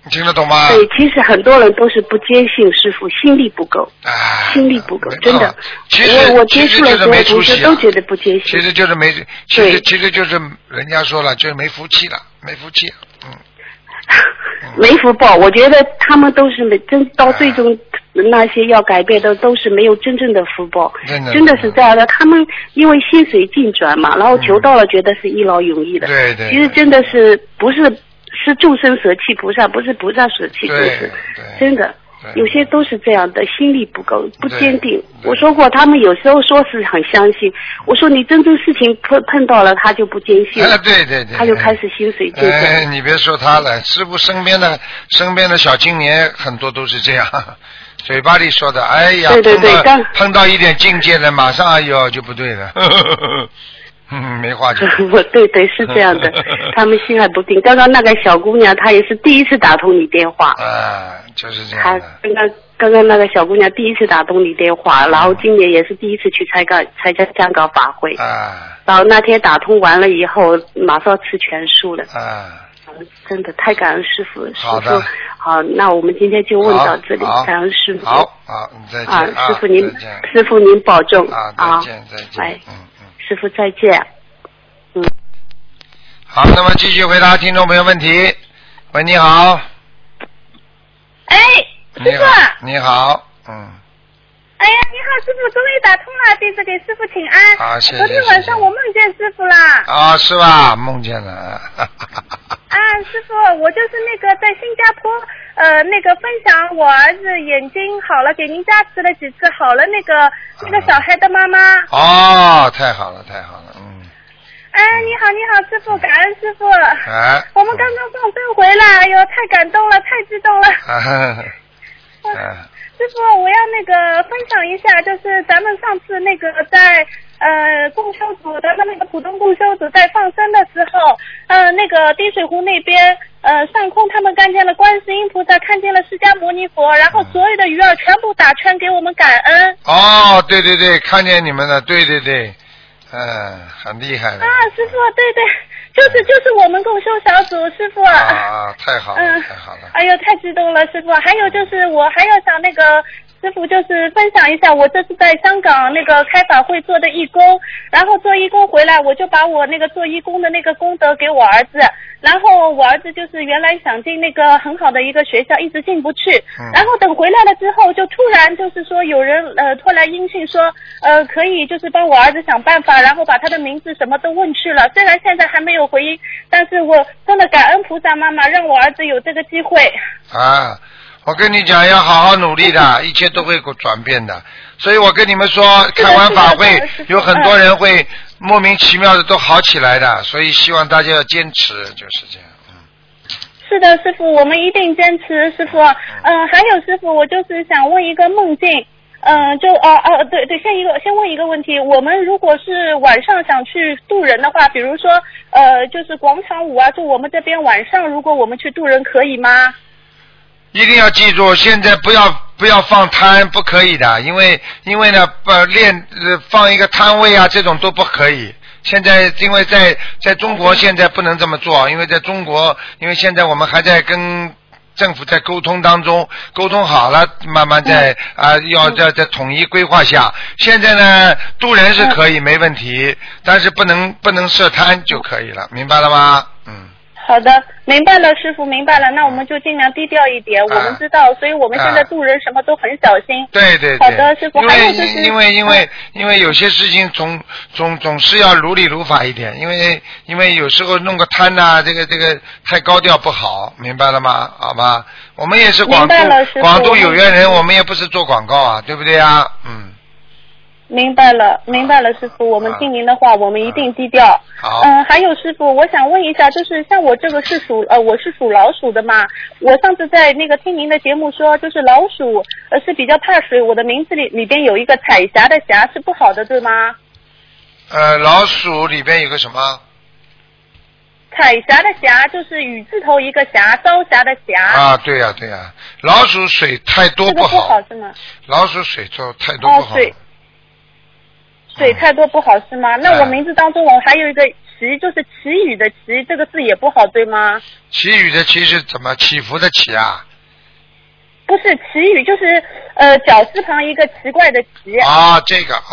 你听得懂吗？ 对，其实很多人都是不坚信师傅，心力不够，心力不够，真的。我接触了多同事都觉得不坚信。 其实就是没，其实就是人家说了，就是没福气了，没福气。 没福报，我觉得他们都是到最终那些要改变的都是没有真正的福报，真的是这样的。他们因为心随境转嘛，然后求到了，觉得是一劳永逸的。 对对。 其实真的是不是众生舍弃菩萨，不是菩萨舍弃众生，真的。有些都是这样的，心力不够，不坚定。我说过，他们有时候说是很相信，我说你真正事情碰到了，他就不坚信了。 对对对， 他就开始心随境转。 你别说他了，师父身边的小青年很多都是这样，嘴巴里说的，哎呀， 对， 碰到一点境界了，马上哎呦就不对了。没话讲。 对，是这样的，他们心还不定。刚刚那个小姑娘，她也是第一次打通你电话。 就是这样的。 刚刚那个小姑娘第一次打通你电话，然后今年也是第一次去参加香港法会。然后那天打通完了以后，马上吃全素了。真的太感恩师父了。 好的。 好，那我们今天就问到这里，感恩师父。 好，再见。 师父您保重。 再见。 拜。师父再见。 好，那么继续回答听众朋友问题。喂，你好。 哎，师父。 你好。 哎呀，你好，师傅，终于打通了，弟子给师傅请安。 谢谢。 昨天晚上我梦见师傅啦。 是吧？梦见了。 师傅，我就是那个在新加坡那个分享我儿子眼睛好了，给您加持了几次好了那个小孩的妈妈。 太好了。 你好，师傅，感恩师傅。我们刚刚放生回来，哎呦，太感动了，太激动了。师傅，我要那个分享一下，就是咱们上次那个在共修组的那个普通共修组在放生的时候，那个滴水湖那边上空他们看见了观世音菩萨，看见了释迦牟尼佛，然后所有的鱼儿全部打圈给我们感恩。 对，看见你们了，对，很厉害了。 师傅，对。就是我们共修小组，师傅。 太好了，太好了。 哎呦，太激动了，师傅。还有就是我还要想那个师傅，就是分享一下我这次在香港那个开法会做的义工，然后做义工回来，我就把我那个做义工的那个功德给我儿子，然后我儿子就是原来想进那个很好的一个学校，一直进不去，然后等回来了之后，就突然就是说有人托来音讯说可以就是帮我儿子想办法，然后把他的名字什么都问去了，虽然现在还没有回音，但是我真的感恩菩萨妈妈让我儿子有这个机会。 我跟你讲，要好好努力的，一切都会转变的。所以我跟你们说，开完法会，有很多人会莫名其妙的都好起来的，所以希望大家要坚持，就是这样。 是的，师傅，我们一定坚持，师傅。还有师傅，我就是想问一个梦境，对，先问一个问题，我们如果是晚上想去渡人的话，比如说就是广场舞啊，就我们这边晚上如果我们去渡人可以吗？ 一定要记住，现在不要放摊，不可以的，因为呢，放一个摊位啊，这种都不可以。现在因为在中国现在不能这么做，因为在中国，因为现在我们还在跟政府在沟通当中，沟通好了，慢慢在要在统一规划下。现在呢，渡人是可以没问题，但是不能设摊就可以了，明白了吗？ 好的，明白了，师傅明白了，那我们就尽量低调一点，我们知道，所以我们现在渡人什么都很小心。 对。 好的，师傅。还有就是因为有些事情总是要如理如法一点，因为有时候弄个摊呐，这个太高调不好，明白了吗？好吧，我们也是广度有缘人，我们也不是做广告啊，对不对啊？ 明白了，师傅，我们听您的话，我们一定低调。 好。 还有师傅，我想问一下，就是像我这个我是属老鼠的嘛，我上次在那个听您的节目说，就是老鼠是比较怕水，我的名字里边有一个彩霞的霞是不好的，对吗？ 老鼠里边有个什么？ 彩霞的霞就是雨字头一个霞，朝霞的霞。 对呀，老鼠水太多不好。 这个不好是吗？ 老鼠水太多不好。 水太多不好是吗？那我名字当中我还有一个祈，就是祈雨的祈，这个字也不好对吗？ 祈雨的祈是怎么起伏的起啊？ 不是祈雨，就是绞丝旁一个奇怪的奇。 这个，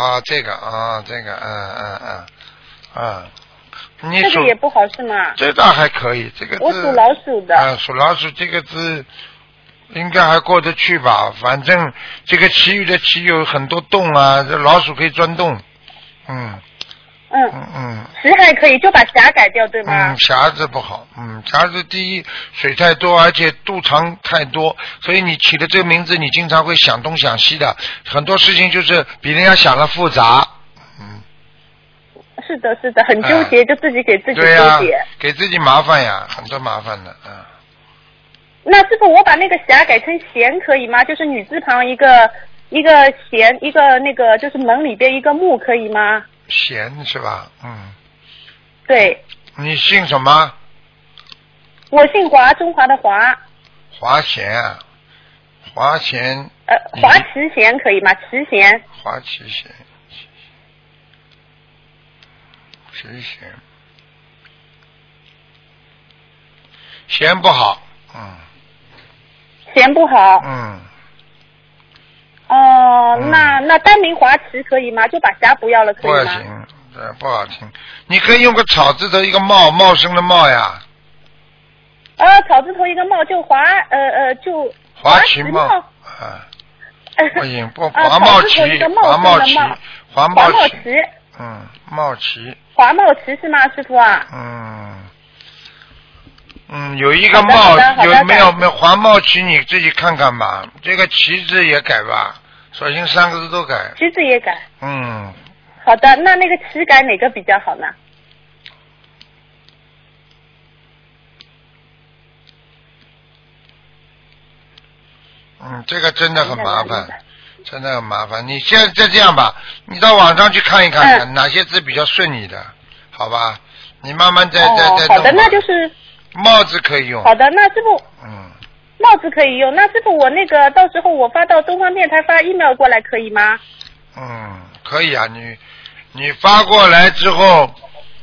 你这个也不好是吗？ 这倒还可以，这个字。 我属老鼠的。 属老鼠这个字应该还过得去吧？反正这个祈雨的祈有很多洞啊，这老鼠可以钻洞。 词还可以，就把霞改掉对吗？ 霞字不好。霞字第一水太多，而且肚肠太多，所以你起的这个名字，你经常会想东想西的，很多事情就是比人家想的复杂。 是的，是的，很纠结，就自己给自己纠结， 给自己麻烦呀，很多麻烦的。 那师傅，我把那个霞改成贤可以吗？就是女字旁一个贤，一个那个就是门里边一个木，可以吗？ 贤是吧？ 对。 你姓什么？ 我姓华，中华的华。 华贤啊，华贤。 华慈贤可以吗？慈贤。 华慈贤。慈贤。贤不好。 贤不好。那单名华慈可以吗？就把霞不要了，可以吗？ 不行，不好听。你可以用个草字头一个茂，茂生的茂呀。 草字头一个茂，就就华旗茂。不行，不华茂旗，华茂旗，华茂旗。茂旗。 华茂旗是吗，师傅啊？ 有一个茂，有没有华茂旗？你自己看看吧。这个旗字也改吧，索性三个字都改。 旗字也改。 好的，那个旗改哪个比较好呢？ 这个真的很麻烦，真的很麻烦。你现在这样吧，你到网上去看一看，哪些字比较顺你的，好吧？你慢慢再弄。 好的，那就是帽子可以用。 好的，那师傅。帽子可以用，那师傅我那个到时候我发到东方电台发 email 过来可以吗？ 可以啊，你发过来之后，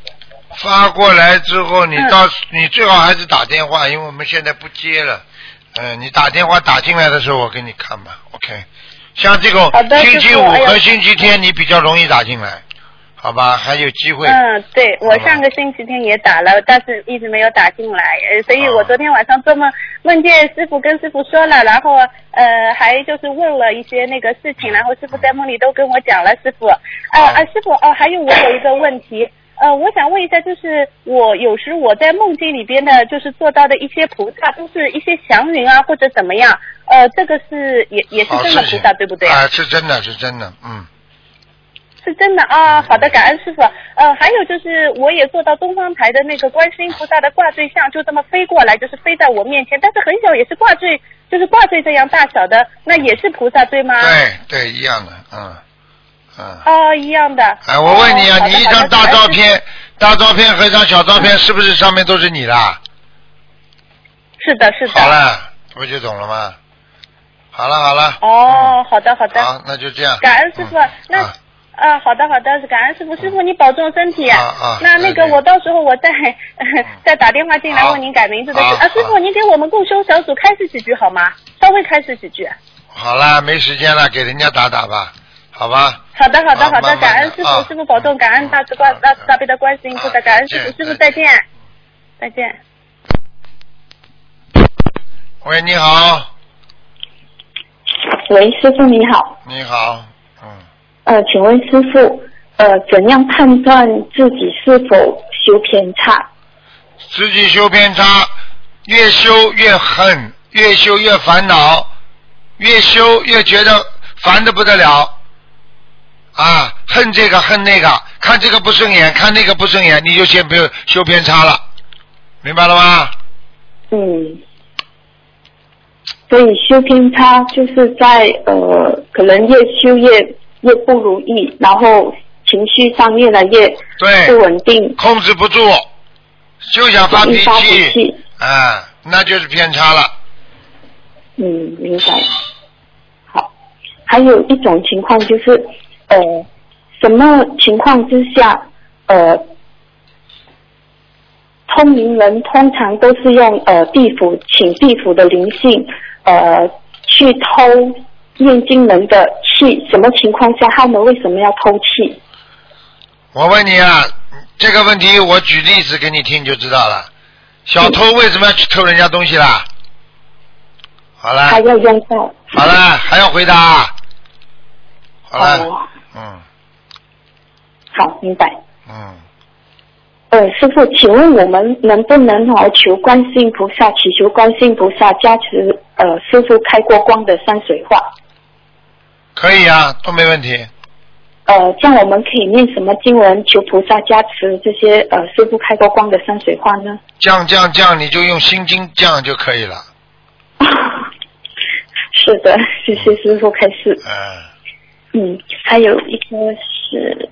你最好还是打电话，因为我们现在不接了。你打电话打进来的时候，我给你看吧。OK， 像这种星期五和星期天，你比较容易打进来，好吧？还有机会。 对，我上个星期天也打了，但是一直没有打进来，所以我昨天晚上做梦见师傅跟师傅说了，然后还就是问了一些那个事情，然后师傅在梦里都跟我讲了，师傅。师傅还有我有一个问题。我想问一下，就是有时我在梦境里边的，就是做到的一些菩萨，都是一些祥云啊，或者怎么样？这个是也是真的菩萨，对不对？ 是真的，是真的， 是真的啊。好的，感恩师傅。还有就是我也做到东方台的那个观世音菩萨的挂坠像，就这么飞过来，就是飞在我面前，但是很小，也是挂坠，就是挂坠这样大小的，那也是菩萨对吗？ 对，一样的， 一样的。 我问你啊，你一张大照片和一张小照片，是不是上面都是你的？ 是的，是的。 好了，不就懂了吗？好了。 好的。 好，那就这样。 感恩师傅，那好的，感恩师傅，师傅你保重身体。那个我到时候我再打电话进来问您改名字的事。师傅您给我们共修小组开示几句好吗？稍微开示几句。 好了，没时间了，给人家打吧。好吧。 好的，感恩师傅，师傅保重，感恩大悲的观世音菩萨，感恩师傅，师傅再见。 喂，你好。 喂，师傅你好。 你好。 请问师傅，怎样判断自己是否修偏差？ 自己修偏差，越修越恨，越修越烦恼，越修越觉得烦得不得了。恨这个恨那个，看这个不顺眼，看那个不顺眼，你就先不要修偏差了，明白了吗？ 所以修偏差就是在可能越修越不如意，然后情绪上越来越不稳定， 控制不住，就想发脾气，那就是偏差了。 明白。好，还有一种情况就是什么情况之下，通灵人通常都是用请地府的灵性去偷念经人的气，什么情况下他们为什么要偷气？ 我问你啊，这个问题我举例子给你听就知道了。小偷为什么要去偷人家东西啦？好了。 还要用到。 好了，还要回答。好了。 好，明白。师父，请问我们能不能求观世音菩萨，祈求观世音菩萨加持师父开过光的山水画？ 可以啊，都没问题。 这样我们可以念什么经文求菩萨加持这些师父开过光的山水画呢？ 降，你就用心经降就可以了。 是的，谢谢师父开示。还有一个是。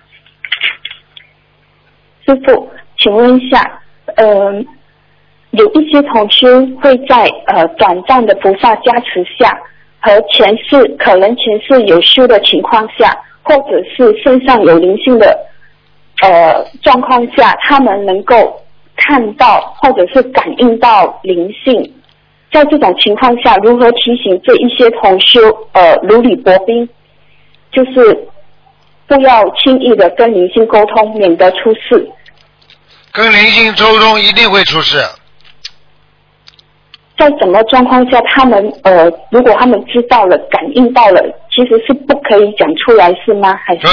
师父，请问一下，有一些同修会在短暂的菩萨加持下，和可能前世有修的情况下，或者是身上有灵性的状况下，他们能够看到或者是感应到灵性。在这种情况下，如何提醒这一些同修如履薄冰，就是不要轻易的跟灵性沟通，免得出事。 跟灵性沟通一定会出事。 在什么状况下，他们如果他们知道了、感应到了，其实是不可以讲出来，是吗？还是？ 对。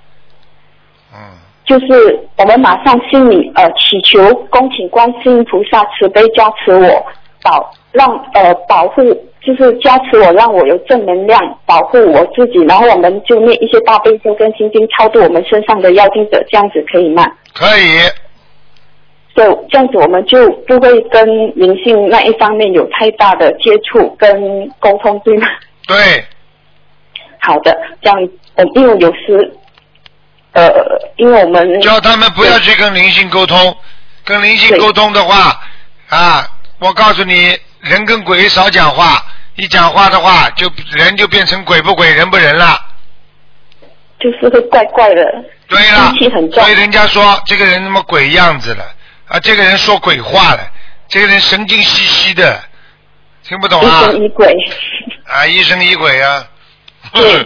就是我们马上心里祈求，恭请观世音菩萨慈悲加持我，保护，就是加持我，让我有正能量，保护我自己。然后我们就念一些大悲咒跟心经，超度我们身上的妖精者，这样子可以吗？ 可以。 对，这样子我们就不会跟灵性那一方面有太大的接触跟沟通，对吗？ 对。 好的，这样因为有时因为我们叫他们不要去跟灵性沟通，跟灵性沟通的话我告诉你，人跟鬼少讲话，一讲话的话人就变成鬼不鬼人不人了， 就是会怪怪的。 对了， 阴气很重， 所以人家说这个人他妈鬼样子了这个人说鬼话了，这个人神经兮兮的，听不懂啊？ 疑神疑鬼疑神疑鬼啊。 对。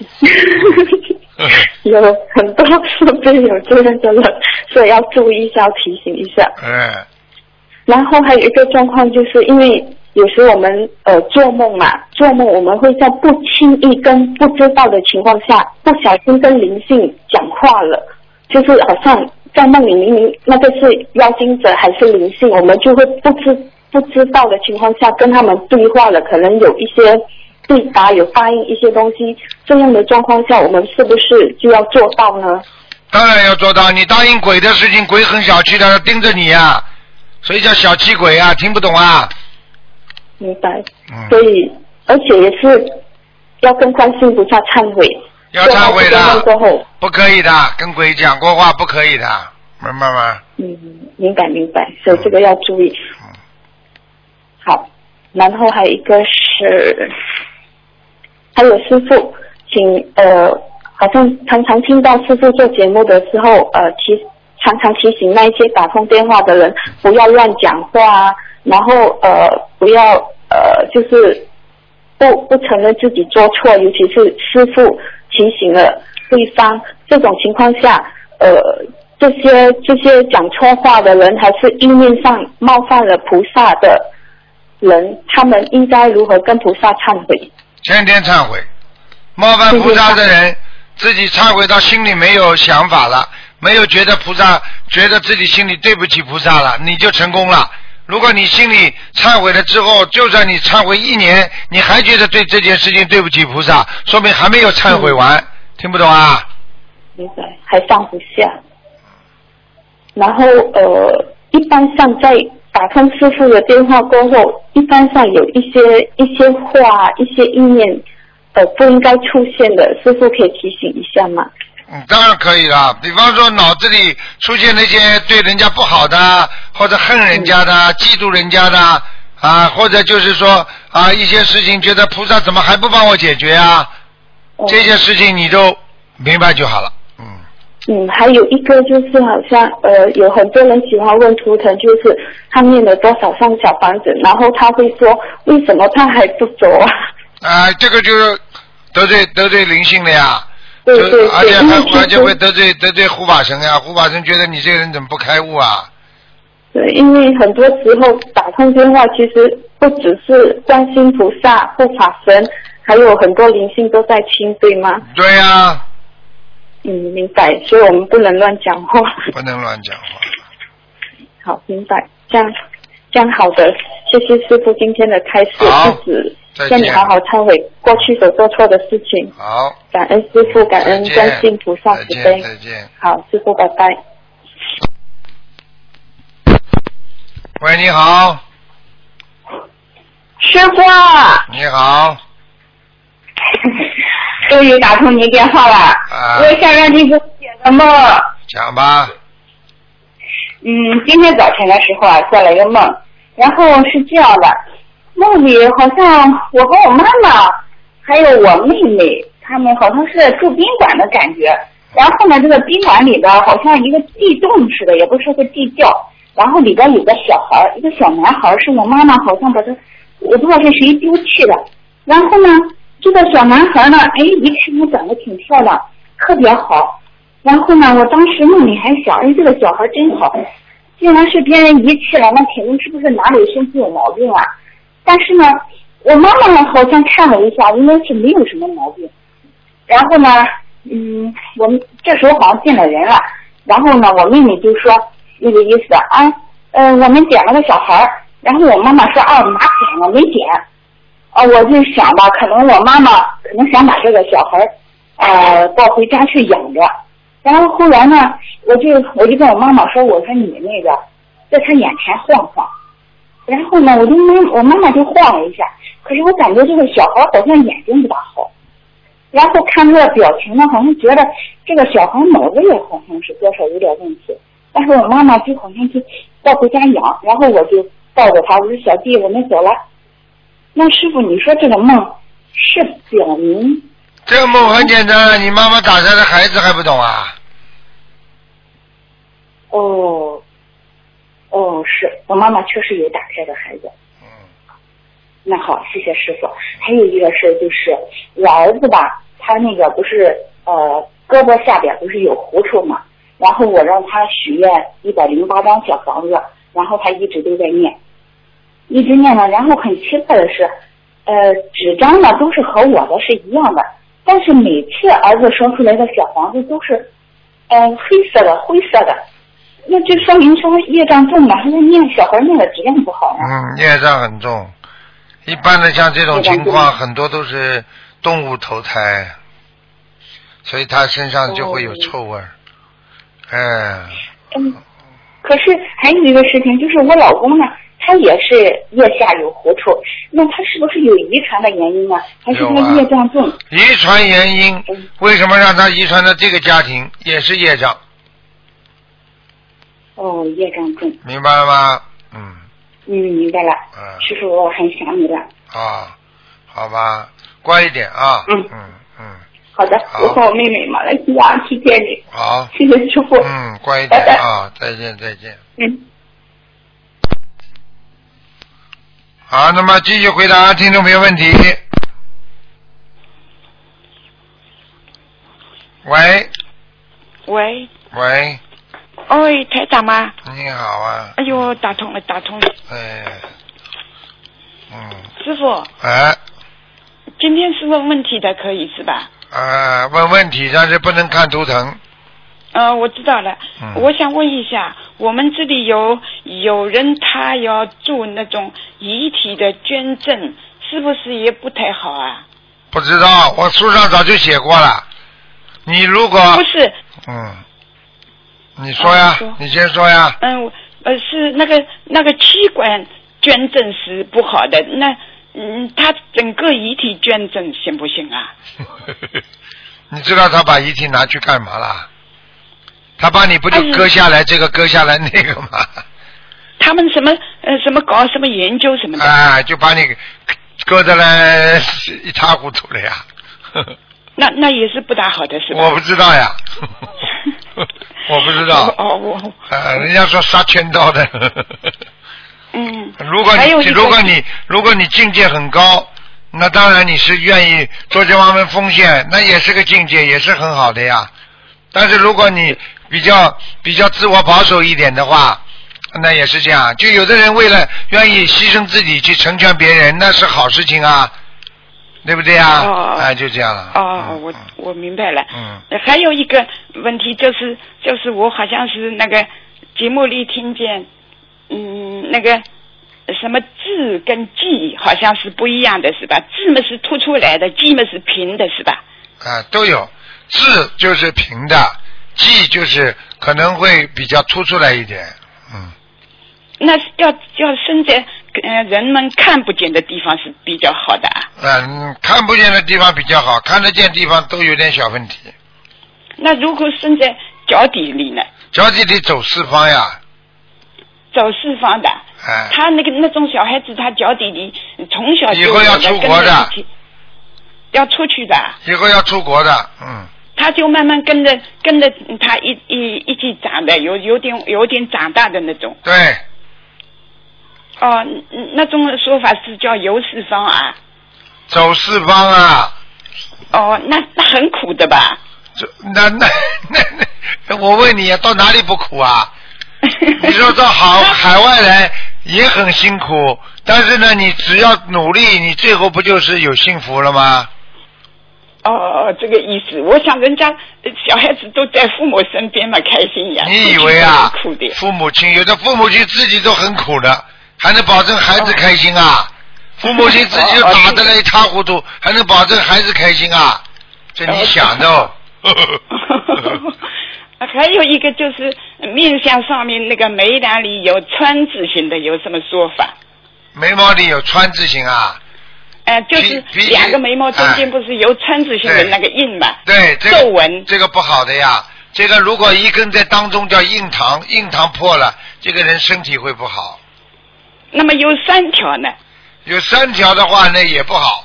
有很多身边有这样的人，所以要注意一下，要提醒一下。然后还有一个状况，就是因为有时我们做梦嘛，做梦我们会在不轻易跟不知道的情况下，不小心跟灵性讲话了，就是好像在梦里明明那个是妖精者还是灵性，我们就会不知道的情况下跟他们对话了，可能有一些对答，有答应一些东西，这样的状况下，我们是不是就要做到呢？ 当然要做到，你答应鬼的事情，鬼很小气的，盯着你啊，所以叫小气鬼啊，听不懂啊？ 明白。所以，而且也是要跟观世音菩萨忏悔。 要忏悔的，不可以的，跟鬼讲过话不可以的，明白吗？ 明白，所以这个要注意。好，然后还有一个是，还有师父，请好像常常听到师父做节目的时候，常常提醒那一些打通电话的人不要乱讲话，然后不要就是不承认自己做错，尤其是师父提醒了对方，这种情况下，这些讲错话的人，还是意念上冒犯了菩萨的人，他们应该如何跟菩萨忏悔？ 天天忏悔，冒犯菩萨的人，自己忏悔到心里没有想法了，没有觉得菩萨，觉得自己心里对不起菩萨了，你就成功了。如果你心里忏悔了之后，就算你忏悔1年，你还觉得对这件事情对不起菩萨，说明还没有忏悔完。听不懂啊？ 明白，还放不下。然后一般上在打通师父的电话过后，一般上有一些话、一些意念不应该出现的，师父可以提醒一下吗？ 当然可以了。比方说脑子里出现那些对人家不好的，或者恨人家的、嫉妒人家的或者就是说一些事情觉得菩萨怎么还不帮我解决啊？这些事情你都明白就好了。 还有一个就是好像有很多人喜欢问图腾，就是他念了多少张小房子，然后他会说为什么他还不走啊？ 这个就是得罪灵性了呀。 对， 而且会得罪护法神呀，护法神觉得你这个人怎么不开悟啊？ 对，因为很多时候打通电话，其实不只是观世音菩萨、护法神，还有很多灵性都在听，对吗？ 对呀。 明白，所以我们不能乱讲话。 不能乱讲话。 好，明白，这样好的，谢谢师父今天的开示，叫你好好忏悔过去所做错的事情。 好， 感恩师父，感恩观世音菩萨慈悲。 再见。 好，师父，拜拜。 喂，你好。 师父。 你好。 终于打通您电话了，我想让你给我解个梦。 讲吧。 今天早晨的时候做了一个梦，然后是这样的，梦里好像我和我妈妈还有我妹妹，他们好像是住宾馆的感觉。然后呢，这个宾馆里边好像一个地洞似的，也不是个地窖，然后里边有个小孩，一个小男孩，是我妈妈好像把他，我不知道是谁丢弃的。然后呢，这个小男孩呢，一看他长得挺漂亮，特别好。然后呢，我当时梦里还想，这个小孩真好，既然是别人遗弃了，那肯定是不是哪里身体有毛病啊？但是呢，我妈妈好像看了一下，应该是没有什么毛病。然后呢，我们这时候好像进了人了。然后呢，我妹妹就说那个意思我们捡了个小孩，然后我妈妈说哪捡了没捡。我就想吧，可能我妈妈可能想把这个小孩抱回家去养着。然后后来呢，我就跟我妈妈说，我说你那个在他眼前晃晃。然后呢，我妈妈就晃了一下，可是我感觉这个小孩好像眼睛不大好。然后看他的表情呢，好像觉得这个小孩脑子也好像是多少有点问题。但是我妈妈就好像就抱回家养，然后我就抱着他，我说小弟，我们走了。那师傅，你说这个梦是表明？ 这个梦很简单，你妈妈打胎的孩子还不懂啊？ 是我妈妈确实有打胎的孩子。那好，谢谢师傅。还有一个事就是我儿子吧，他那个不是胳膊下边不是有狐臭嘛，然后我让他许愿108张小房子，然后他一直都在念，一直念呢。然后很奇怪的是，纸张呢都是和我的是一样的，但是每次儿子说出来的小房子都是黑色的、灰色的。那就说明说业障重了，还是念小孩念的质量不好呢？ 业障很重。一般的像这种情况，很多都是动物投胎，所以他身上就会有臭味。 可是还有一个事情，就是我老公呢，他也是腋下有狐臭，那他是不是有遗传的原因呢？还是他业障重？ 遗传原因，为什么让他遗传到这个家庭？也是业障。 业障重。 明白了吗？ 明白了。师傅，我很想你了。 好吧，乖一点啊。 好的，我和我妹妹马来西亚去见你。 好， 谢谢师傅。 乖一点啊，再见。好，那么继续回答听众朋友问题。喂。 台长吗？ 你好啊。 哎呦，打通了。师傅。今天是问问题的，可以是吧？ 问问题，但是不能看图腾。 我知道了。我想问一下，我们这里有人他要做那种遗体的捐赠，是不是也不太好啊？ 不知道，我书上早就写过了。你如果不是， 你说呀，你先说呀。 是那个器官捐赠是不好的，那他整个遗体捐赠行不行啊？ 你知道他把遗体拿去干嘛啦？他把你不就割下来这个割下来那个吗？ 他们什么搞什么研究什么的？ 就把你割得来一塌糊涂了呀。 那也是不大好的是吧？ 我不知道呀，我不知道。人家说杀千刀的。如果你境界很高，那当然你是愿意做这方面奉献，那也是个境界，也是很好的呀。但是如果你比较自我保守一点的话，那也是这样。就有的人为了愿意牺牲自己去成全别人，那是好事情啊，对不对啊？就这样了。 我明白了。还有一个问题就是我好像是那个节目里听见，那个什么字跟记好像是不一样的是吧？字嘛是凸出来的，记嘛是平的是吧？ 都有。字就是平的，记就是可能会比较凸出来一点。 那要生在人们看不见的地方是比较好的啊。 看不见的地方比较好，看得见地方都有点小问题。 那如果生在脚底里呢？ 脚底里走四方呀。 走四方的。他那种小孩子，他脚底里从小就以后要出国的。 要出去的。 以后要出国的， 他就慢慢跟着他一起长的，有点长大的那种。 对。 那种说法是叫游四方啊。 走四方啊。 那很苦的吧？ 那我问你，到哪里不苦啊？你说到海外来也很辛苦，但是呢，你只要努力，你最后不就是有幸福了吗？ 这个意思。我想人家小孩子都在父母身边嘛，开心呀。 你以为啊？父母亲有的父母亲自己都很苦的，还能保证孩子开心啊？父母亲自己就打得来一塌糊涂，还能保证孩子开心啊？这你想的哦。 还有一个就是面相上面那个眉梁里有川字形的，有什么说法？ 眉毛里有川字形啊？ 就是两个眉毛中间不是有川字形的那个印嘛？ 对， 皱纹。 这个不好的呀。这个如果一根在当中叫印堂破了，这个人身体会不好。 那么有3条呢？ 有3条的话呢也不好。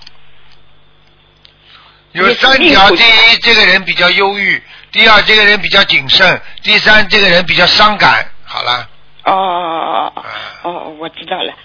有3条，第一，这个人比较忧郁；第二，这个人比较谨慎；第三，这个人比较伤感。好了。 我知道了。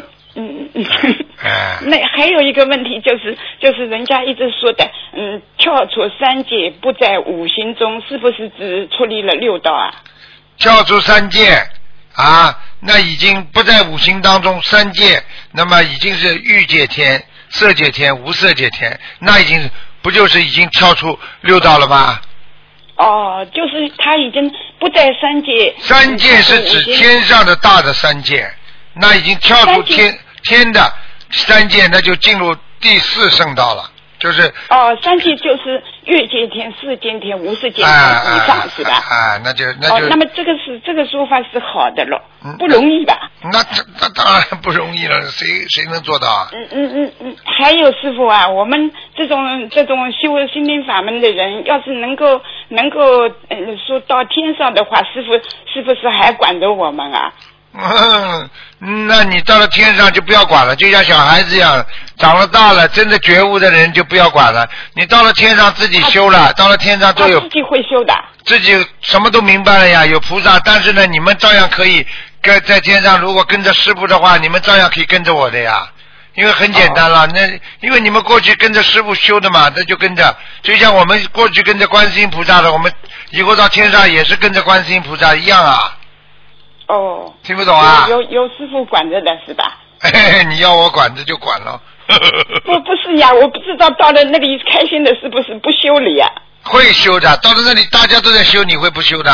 那还有一个问题就是人家一直说的，跳出3界不在五行中，是不是只处理了6道啊？ 跳出3界啊，那已经不在五行当中3界，那么已经是欲界天、色界天、无色界天，那不就是已经跳出6道了吗？ 就是他已经不在3界。 3界是指天上的大的3界，那已经跳出天的3界，那就进入第4圣道了，就是 3界就是月界天、色界天、无色界天以上是吧？ 那就那么这个说法是好的了，不容易吧？ 那当然不容易了，谁能做到啊？ 还有师父啊，我们这种修心灵法门的人，要是能够说到天上的话，师父是不是还管着我们啊？ 那你到了天上就不要管了，就像小孩子一样，长了大了，真的觉悟的人就不要管了。你到了天上自己修了，到了天上都有自己会修的， 自己什么都明白了呀，有菩萨。但是呢，你们照样可以在天上，如果跟着师父的话，你们照样可以跟着我的呀。因为很简单了，因为你们过去跟着师父修的嘛，那就跟着，就像我们过去跟着观世音菩萨的，我们以后到天上也是跟着观世音菩萨一样啊。听不懂啊？ 有师父管着的是吧？ 你要我管着就管了。 不是呀，我不知道到了那里开心的是不是不修了呀？ 会修的，到了那里大家都在修，你会不修的？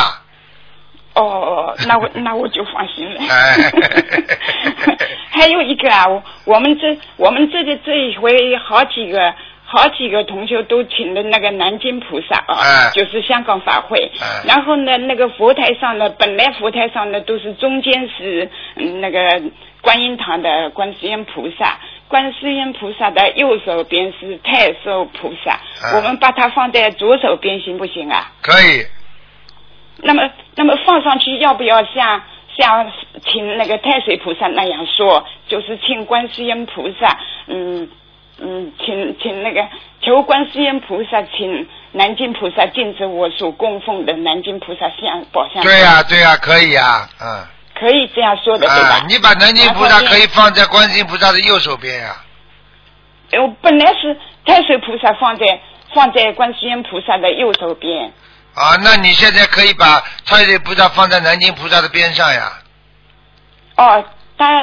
那我就放心了。还有一个啊，我们这一回好几个同学都请了那个南京菩萨就是香港法会。然后呢，那个佛台上呢，本来佛台上呢都是中间是那个观音堂的观世音菩萨，观世音菩萨的右手边是太寿菩萨，我们把它放在左手边行不行啊？ 可以。 那么放上去要不要像请那个太岁菩萨那样说，就是请观世音菩萨请那个求观世音菩萨，请南京菩萨禁止我所供奉的南京菩萨像宝像。 对呀、对呀、可以呀、 可以这样说的，对吧？ 你把南京菩萨可以放在观世音菩萨的右手边呀。 我本来是太岁菩萨放在观世音菩萨的右手边。 啊，那你现在可以把太岁菩萨放在南京菩萨的边上呀。 哦，他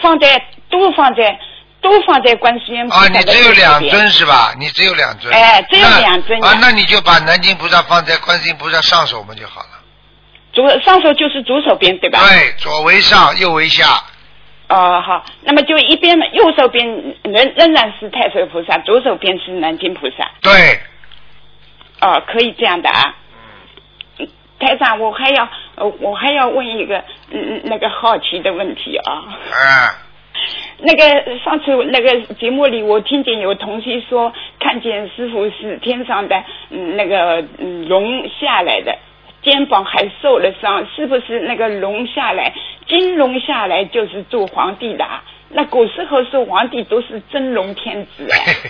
都放在观世音菩萨的右手边。 啊，你只有2尊是吧？你只有2尊。 哎，只有2尊。 啊，那你就把南京菩萨放在观世音菩萨上手嘛就好了。 上手就是左手边对吧？ 对，左为上，右为下。 好，那么就一边右手边仍然是太岁菩萨，左手边是南京菩萨。 对。 可以这样的啊。台长，我还要问一个那个好奇的问题啊。那个上次那个节目里，我听见有同学说看见师父是天上的那个龙下来的，肩膀还受了伤，是不是那个龙下来，金龙下来就是做皇帝的？那古时候说皇帝都是真龙天子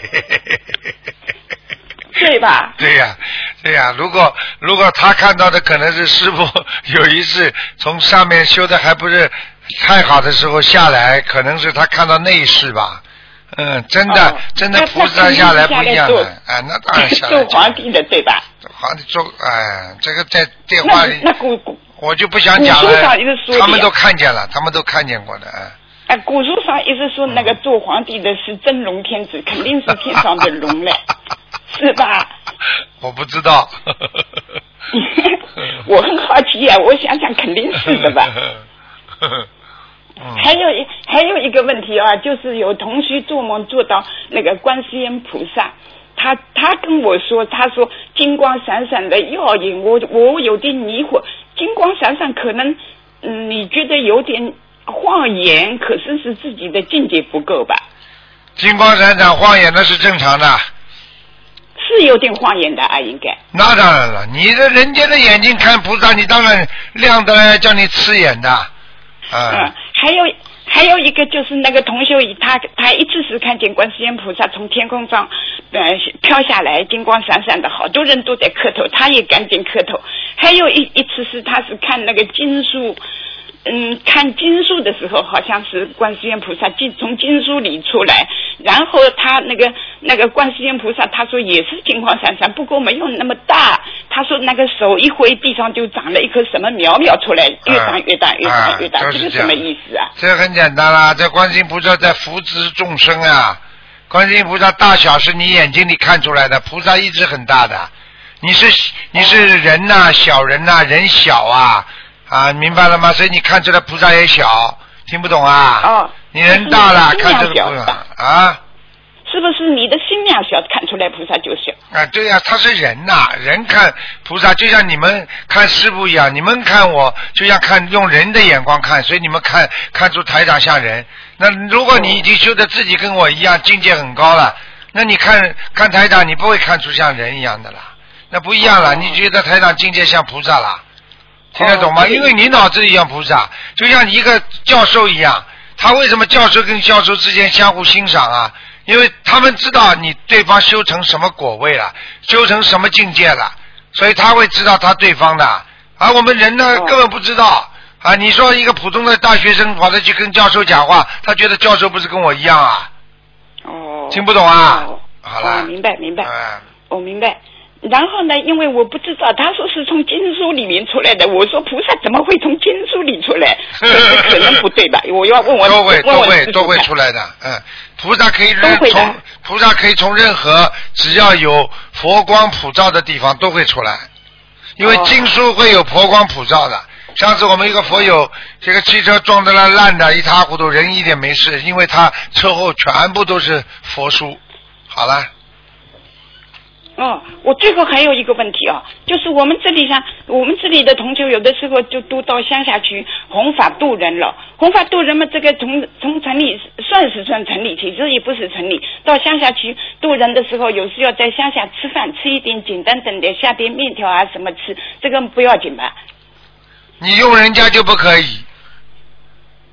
对吧？ 对呀，如果他看到的可能是师父有一次从上面修的还不是太好的时候下来，可能是他看到内视吧。真的菩萨下来不一样的。那当然下来做皇帝的对吧？ 皇帝做这个在电话里我就不想讲了，他们都看见了，他们都看见过的。 古书上一直说那个做皇帝的是真龙天子，肯定是天上的龙嘞。是吧？ 我不知道。 我很好奇呀，我想想肯定是的吧。还有一个问题啊，就是有同学做梦做到那个观世音菩萨，他跟我说，他说金光闪闪的耀眼，我有点迷惑，金光闪闪可能你觉得有点晃眼，可是自己的境界不够吧？ 金光闪闪晃眼那是正常的。 是有点晃眼的啊，应该。 那当然了，你的人间的眼睛看菩萨，你当然亮的叫你刺眼的。 还有一个就是那个同修，他一次是看见观世音菩萨从天空上飘下来，金光闪闪的，好多人都在磕头，他也赶紧磕头。还有一次是他是看那个经书。看经书的时候，好像是观世音菩萨从经书里出来，然后他那个观世音菩萨，他说也是金光闪闪，不过没有那么大。他说那个手一挥，地上就长了一棵什么苗出来，越长越大，越长越大，这是什么意思啊？ 这很简单啦，这观世音菩萨在扶持众生啊。观世音菩萨大小是你眼睛里看出来的，菩萨一直很大的。你是人呐，小人呐，人小啊。明白了吗？所以你看出来菩萨也小，听不懂啊？你人大了，看这个菩萨是不是你的心量小，看出来菩萨就小？ 对呀，他是人呐，人看菩萨就像你们看师父一样，你们看我就像用人的眼光看，所以你们看出台长像人。那如果你已经修得自己跟我一样境界很高了，那你看台长，你不会看出像人一样的啦，那不一样了，你觉得台长境界像菩萨啦？听得懂吗？因为你脑子里像菩萨，就像一个教授一样，他为什么教授跟教授之间相互欣赏啊？因为他们知道你对方修成什么果位了，修成什么境界了，所以他会知道他对方的。而我们人呢，根本不知道啊！你说一个普通的大学生跑着去跟教授讲话，他觉得教授不是跟我一样啊？听不懂啊？好了， 明白。我明白。然后呢，因为我不知道，他说是从经书里面出来的，我说菩萨怎么会从经书里出来？可能不对吧？我要问我都会出来的。菩萨可以从任何只要有佛光普照的地方都会出来，因为经书会有佛光普照的。上次我们一个佛友，这个汽车撞得烂的一塌糊涂，人一点没事，因为他车后全部都是佛书。好了。 我最后还有一个问题啊，就是我们这里的同修有的时候就都到乡下去弘法度人了。弘法度人嘛，这个从城里算城里，其实也不是城里。到乡下去度人的时候，有时要在乡下吃饭，吃一点简单的下点面条啊什么吃，这个不要紧吧？ 你用人家就不可以。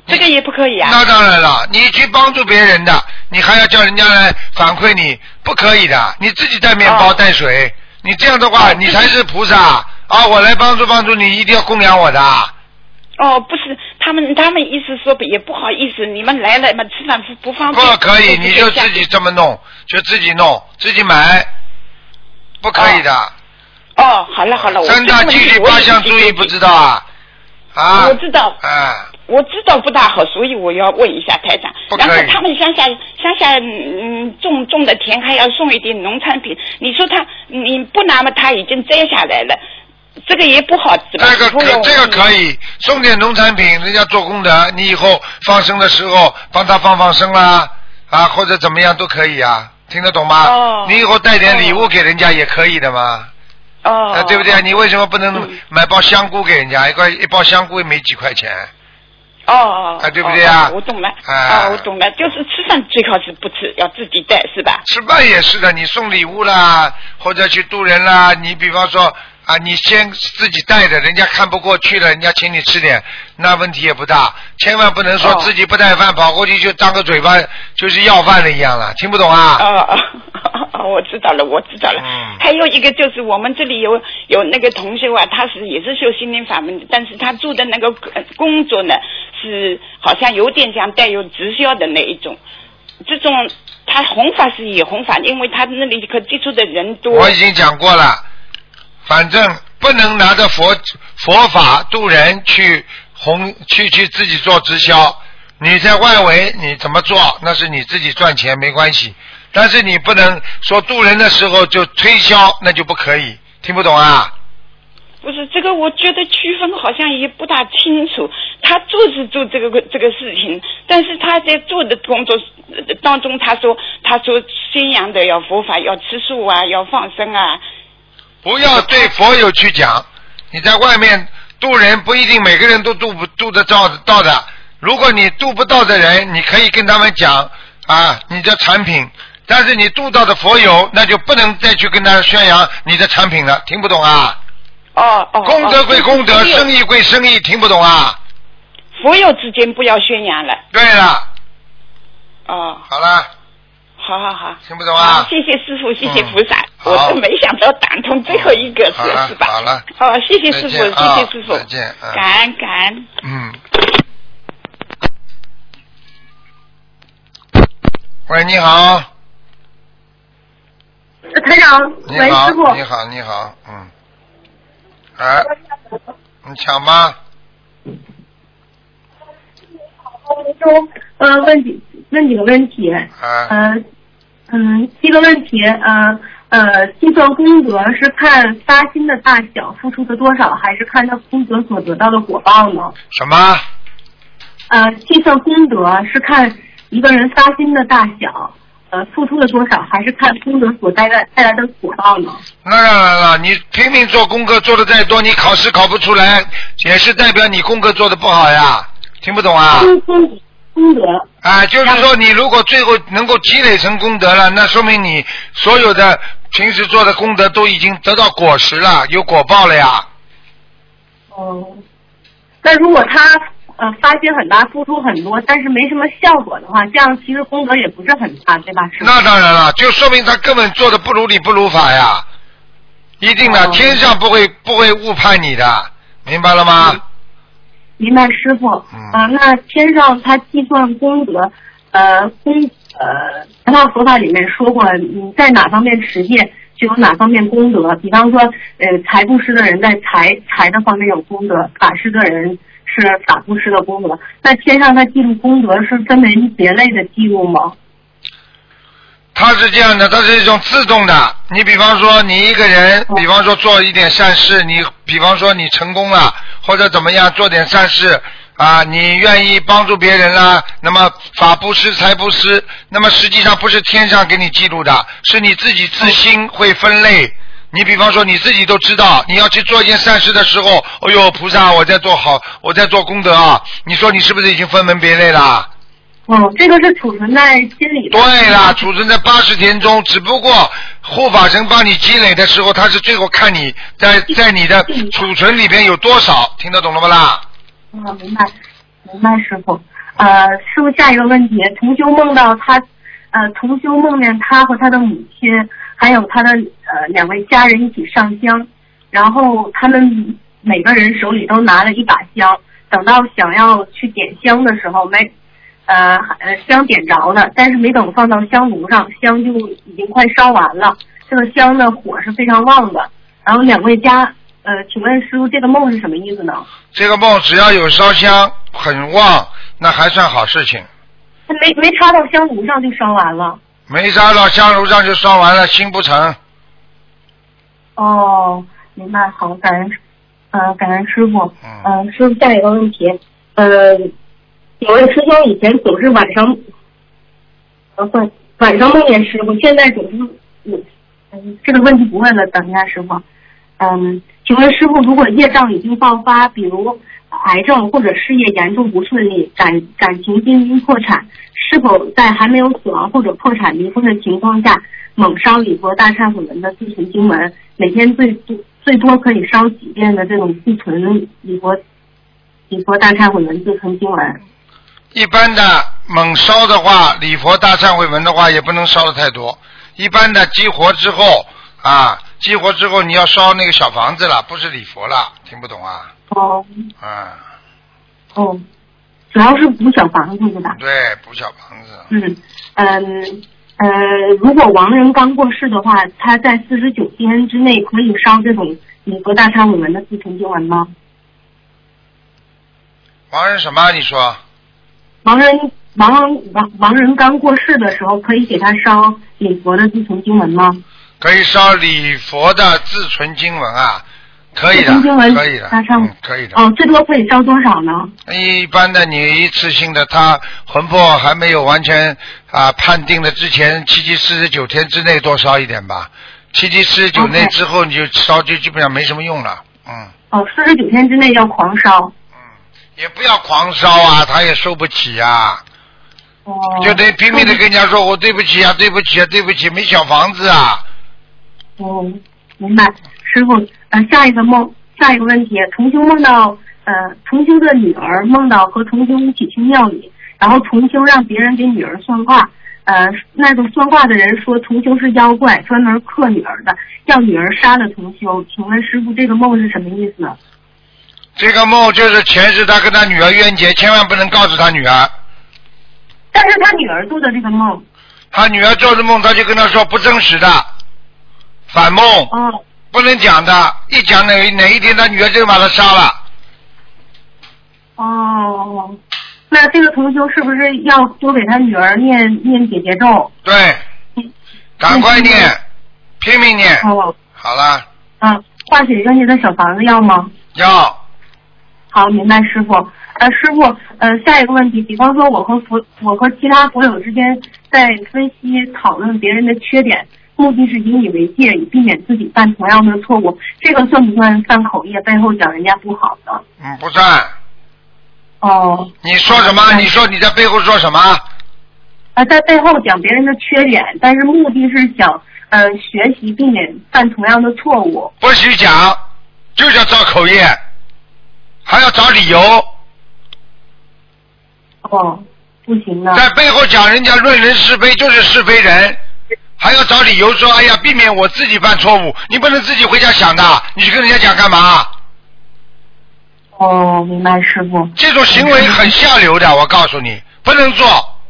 这个也不可以啊。 那当然了，你去帮助别人的，你还要叫人家来反馈你，不可以的。你自己带面包带水，你这样的话，你才是菩萨啊！我来帮助你，一定要供养我的。 哦，不是，他们意思说也不好意思，你们来了嘛，吃饭不方便。 不可以，你就自己这么弄，就自己弄，自己买，不可以的。 哦，好了， 三大纪律八项注意不知道啊？啊， 我知道。我知道不大好，所以我要问一下台长。然后他们乡下种的田还要送一点农产品，你说你不拿嘛，他已经摘下来了。这个也不好，这个可以送点农产品，人家做功德，你以后放生的时候帮他放生啦，或者怎么样都可以啊，听得懂吗？你以后带点礼物给人家也可以的嘛。对不对？你为什么不能买包香菇给人家？一包香菇也没几块钱。对不对啊？ 我懂了。我懂了，就是吃饭最好是不吃，要自己带，是吧？ 吃饭也是的，你送礼物啦，或者去渡人啦，你比方说。你先自己带着，人家看不过去了，人家请你吃点，那问题也不大。千万不能说自己不带饭跑过去就张个嘴巴就是要饭的一样了，听不懂啊？ 我知道了。还有一个就是我们这里有那个同学啊，他也是修心灵法门的，但是他做的那个工作呢，是好像有点像带有直销的那一种。这种他弘法是也弘法，因为他那里可接触的人多。 我已经讲过了。反正不能拿着佛法度人去自己做直销，你在外围你怎么做那是你自己赚钱没关系，但是你不能说度人的时候就推销，那就不可以，听不懂啊？ 不是这个，我觉得区分好像也不大清楚。他做是做这个事情，但是他在做的工作当中，他说宣扬的要佛法，要吃素啊，要放生啊。 不要对佛友去讲，你在外面度人不一定每个人都度得到的。如果你度不到的人，你可以跟他们讲你的产品，但是你度到的佛友，那就不能再去跟他宣扬你的产品了，听不懂啊？功德归功德，生意归生意，听不懂啊？ 佛友之间不要宣扬了。 对了。好了。 好， 听不懂啊？ 谢谢师父，谢谢菩萨，我都没想到打通最后一个是吧？ 好了， 谢谢师父，谢谢师父， 再见， 感恩。 喂，你好。 台长，喂，师父。 你好，你抢吧。 问几个问题。第一个问题，计算功德是看发心的大小，付出的多少，还是看他功德所得到的果报呢？ 什么？ 计算功德是看一个人发心的大小，付出的多少，还是看功德所带来的果报呢？ 那当然了，你拼命做功课做的再多，你考试考不出来，也是代表你功课做的不好呀。听不懂啊？ 功德就是说你如果最后能够积累成功德了，那说明你所有的平时做的功德都已经得到果实了，有果报了呀。 那如果他发心很大，付出很多，但是没什么效果的话，这样其实功德也不是很大，对吧？ 那当然了，就说明他根本做的不如理不如法呀。一定的，天上不会误判你的，明白了吗？ 明白，师傅。那天上他计算功德，南传佛法里面说过，你在哪方面持戒，就有哪方面功德。比方说，财布施的人在财的方面有功德，法施的人是法布施的功德。那天上他记录功德是分门别类的记录吗？ 它是这样的，它是一种自动的。你比方说你一个人，比方说做一点善事，你比方说你成功了，或者怎么样做点善事你愿意帮助别人啦，那么法布施财布施，那么实际上不是天上给你记录的，是你自己自心会分类。你比方说你自己都知道，你要去做一件善事的时候，哎呦菩萨，我在做好，我在做功德啊，你说你是不是已经分门别类了？ 这个是储存在心里的。 对啦，储存在80天中，只不过护法神帮你积累的时候，他是最后看你在你的储存里边有多少，听得懂了不啦？ 明白。 明白师傅。师傅下一个问题，同修梦到他，同修梦见他和他的母亲还有他的2位家人一起上香，然后他们每个人手里都拿了一把香，等到想要去点香的时候香点着了，但是没等放到香炉上，香就已经快烧完了，这个香的火是非常旺的。然后2位请问师傅这个梦是什么意思呢？这个梦只要有烧香很旺，那还算好事情。他没插到香炉上就烧完了。没插到香炉上就烧完了，心不成。哦，明白，好，感恩师傅。师傅下一个问题，有位师兄以前总是晚上梦见师傅，现在总是这个问题不问了，等一下师傅。请问师傅，如果业障已经爆发，比如癌症或者事业严重不顺利，感情濒临破产，是否在还没有死亡或者破产离婚的情况下，猛烧礼佛大忏悔文的自存经文，每天最多可以烧几遍的这种自存礼佛大忏悔文自存经文？一般的猛烧的话，礼佛大忏悔文的话也不能烧的太多，一般的激活之后你要烧那个小房子了，不是礼佛了，听不懂啊？主要是补小房子是吧？对，补小房子。如果亡人刚过世的话，他在49天之内可以烧这种礼佛大忏悔文的自存经文吗？亡人什么？你说？亡人刚过世的时候，可以给他烧礼佛的自存经文吗？可以烧礼佛的自存经文啊，可以的，可以的，可以的。最多可以烧多少呢？一般的你一次性的，他魂魄还没有完全判定的之前，49天之内多烧一点吧。49内之后你就烧，就基本上没什么用了。49天之内要狂烧。也不要狂烧啊，他也受不起啊。就得拼命的跟人家说，我对不起啊，对不起啊，对不起，没小房子啊。明白。师傅，下一个问题，同修梦到同修的女儿梦到和同修一起去庙里，然后同修让别人给女儿算卦，那个算卦的人说同修是妖怪，专门克女儿的，要女儿杀了同修。请问师傅，这个梦是什么意思呢？这个梦就是前世他跟他女儿冤结，千万不能告诉他女儿。但是他女儿做的这个梦，他女儿做的梦，他就跟他说不真实的反梦，不能讲的，一讲哪一天他女儿就把他杀了。那这个同修是不是要多给他女儿念姐姐咒？对，赶快念，拼命念。好了。化解冤结的小房子要吗？要。好，明白师傅。师傅，下一个问题，比方说我和其他佛友之间在分析讨论别人的缺点，目的是引以为戒，以避免自己犯同样的错误，这个算不算犯口业，背后讲人家不好呢？不算。你说什么？你说你在背后说什么？在背后讲别人的缺点，但是目的是想学习避免犯同样的错误。不许讲，就是要造口业，还要找理由。不行的。在背后讲人家论人是非，就是是非人，还要找理由说，哎呀，避免我自己犯错误。你不能自己回家想的，你去跟人家讲干嘛？明白师傅。这种行为很下流的，我告诉你，不能做。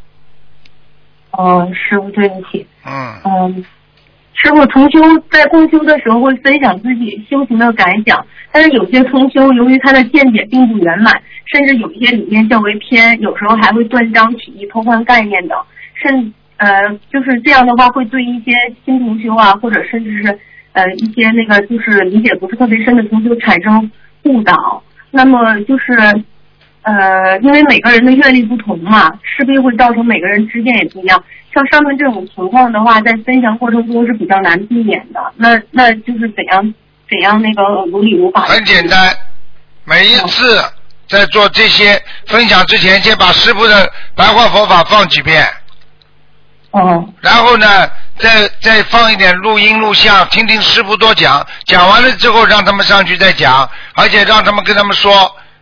师傅对不起。师傅，同修在共修的时候会分享自己修行的感想，但是有些同修由于他的见解并不圆满，甚至有一些理念较为偏，有时候还会断章取义、偷换概念等，就是这样的话会对一些新同修啊，或者甚至是一些那个就是理解不是特别深的同修产生误导。那么就是因为每个人的阅历不同嘛，势必会造成每个人知见也不一样。像上面这种情况的话，在分享过程中是比较难避免的。那就是怎样那个如理如法？很简单，每一次在做这些分享之前，先把师父的白话佛法放几遍。然后呢，再放一点录音录像，听听师父多讲。讲完了之后，让他们上去再讲，而且让他们跟他们说。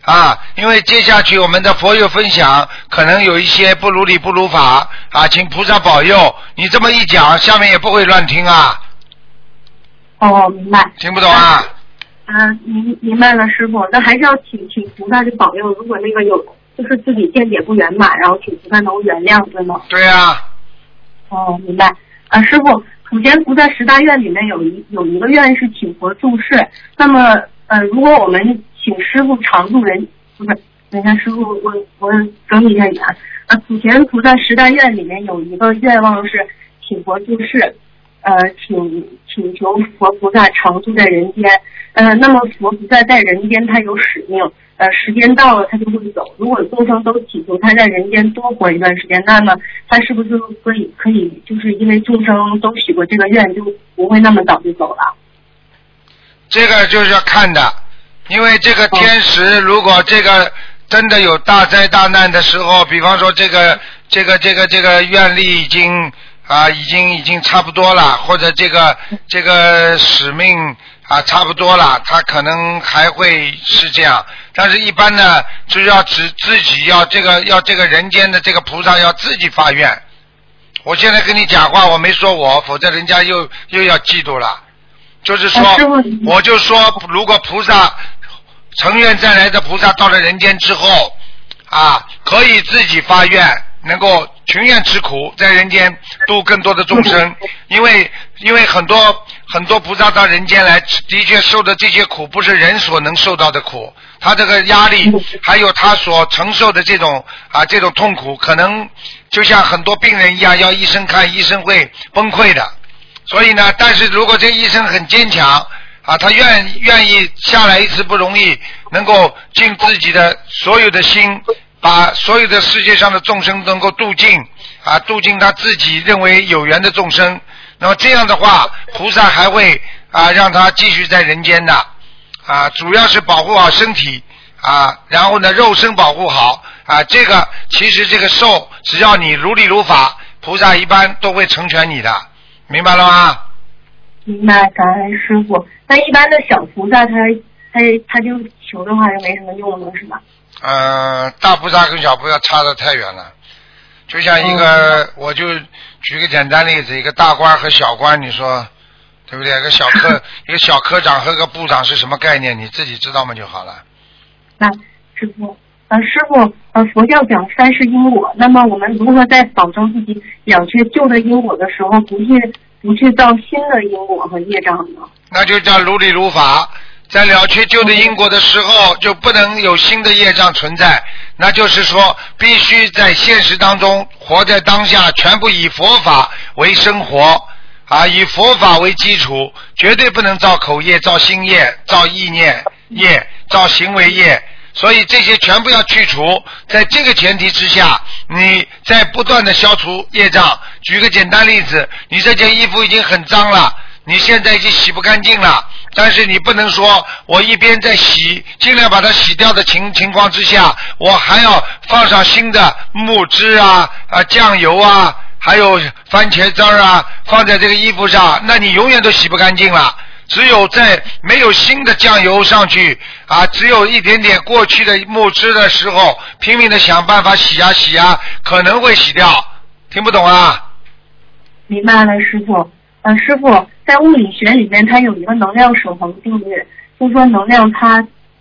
因为接下去我们的佛友分享可能有一些不如理不如法请菩萨保佑。你这么一讲，下面也不会乱听啊。 哦，明白。 听不懂啊？ 明白了，师傅。那还是要请菩萨去保佑。如果那个有就是自己见解不圆满，然后请菩萨能原谅，对吗？ 对啊。 哦，明白。师傅，普贤菩萨10大愿里面有一个愿是请佛住世。那么如果我们请师傅常住人，不是，等一下师傅，我整理一下语啊。普贤菩萨10大愿里面有一个愿望是请佛住世，请求佛菩萨常住在人间。那么佛菩萨在人间他有使命，时间到了他就会走。如果众生都祈求他在人间多活一段时间，那么他是不是可以就是因为众生都许过这个愿，就不会那么早就走了？ 这个就是要看的，因为这个天时，如果这个真的有大灾大难的时候，比方说这个愿力已经差不多了，或者这个使命差不多了，他可能还会是这样。但是一般呢，就是要自己要这个人间的这个菩萨要自己发愿。我现在跟你讲话，我没说我，否则人家又要嫉妒了。就是说，我就说，如果菩萨成愿再来的菩萨到了人间之后可以自己发愿，能够群愿吃苦，在人间度更多的众生。因为很多菩萨到人间来，的确受的这些苦不是人所能受到的苦，他这个压力还有他所承受的这种痛苦，可能就像很多病人一样，要医生看，医生会崩溃的。所以呢，但是如果这个医生很坚强他愿意下来一次不容易，能够尽自己的所有的心，把所有的世界上的众生能够度尽度尽他自己认为有缘的众生。那么这样的话，菩萨还会让他继续在人间的主要是保护好身体然后呢肉身保护好这个其实这个寿只要你如理如法，菩萨一般都会成全你的，明白了吗？ 明白，感恩师傅。那一般的小菩萨他就求的话就没什么用了，是吧？ 大菩萨跟小菩萨差得太远了。就像我就举个简单例子，一个大官和小官，你说对不对？一个小科长和个部长是什么概念？你自己知道吗就好了。 那师傅，佛教讲3世因果，那么我们如何在保证自己了却旧的因果的时候，不去造新的因果和业障呢？ 那就叫如理如法。在了却旧的因果的时候，就不能有新的业障存在。那就是说，必须在现实当中活在当下，全部以佛法为生活以佛法为基础，绝对不能造口业、造心业、造意念业、造行为业。所以这些全部要去除。在这个前提之下，你在不断的消除业障。举个简单例子，你这件衣服已经很脏了，你现在已经洗不干净了，但是你不能说我一边在洗，尽量把它洗掉的情况之下，我还要放上新的木汁酱油还有番茄汁放在这个衣服上，那你永远都洗不干净了。只有在没有新的酱油上去只有一点点过去的木汁的时候，拼命的想办法洗可能会洗掉。听不懂啊？ 明白了，师傅。师傅，在物理学里面它有一个能量守恒定律，就说能量它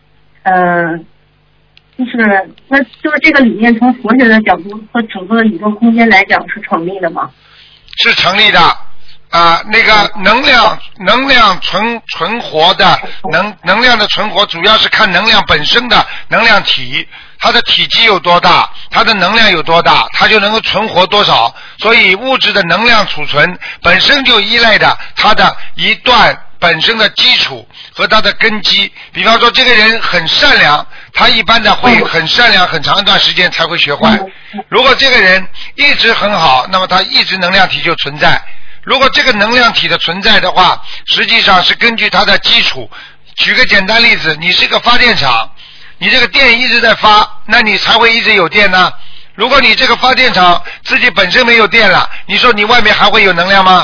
就是这个理念从佛学的角度和整个宇宙空间来讲是成立的吗？ 是成立的那个能量存活的能量的存活，主要是看能量本身的能量体，它的体积有多大，它的能量有多大，它就能够存活多少。所以物质的能量储存本身就依赖的它的一段本身的基础和它的根基。比方说这个人很善良，他一般的会很善良很长一段时间才会学坏。如果这个人一直很好，那么他一直能量体就存在。如果这个能量体的存在的话，实际上是根据它的基础。举个简单例子，你是个发电厂，你这个电一直在发，那你才会一直有电呢。如果你这个发电厂自己本身没有电了，你说你外面还会有能量吗？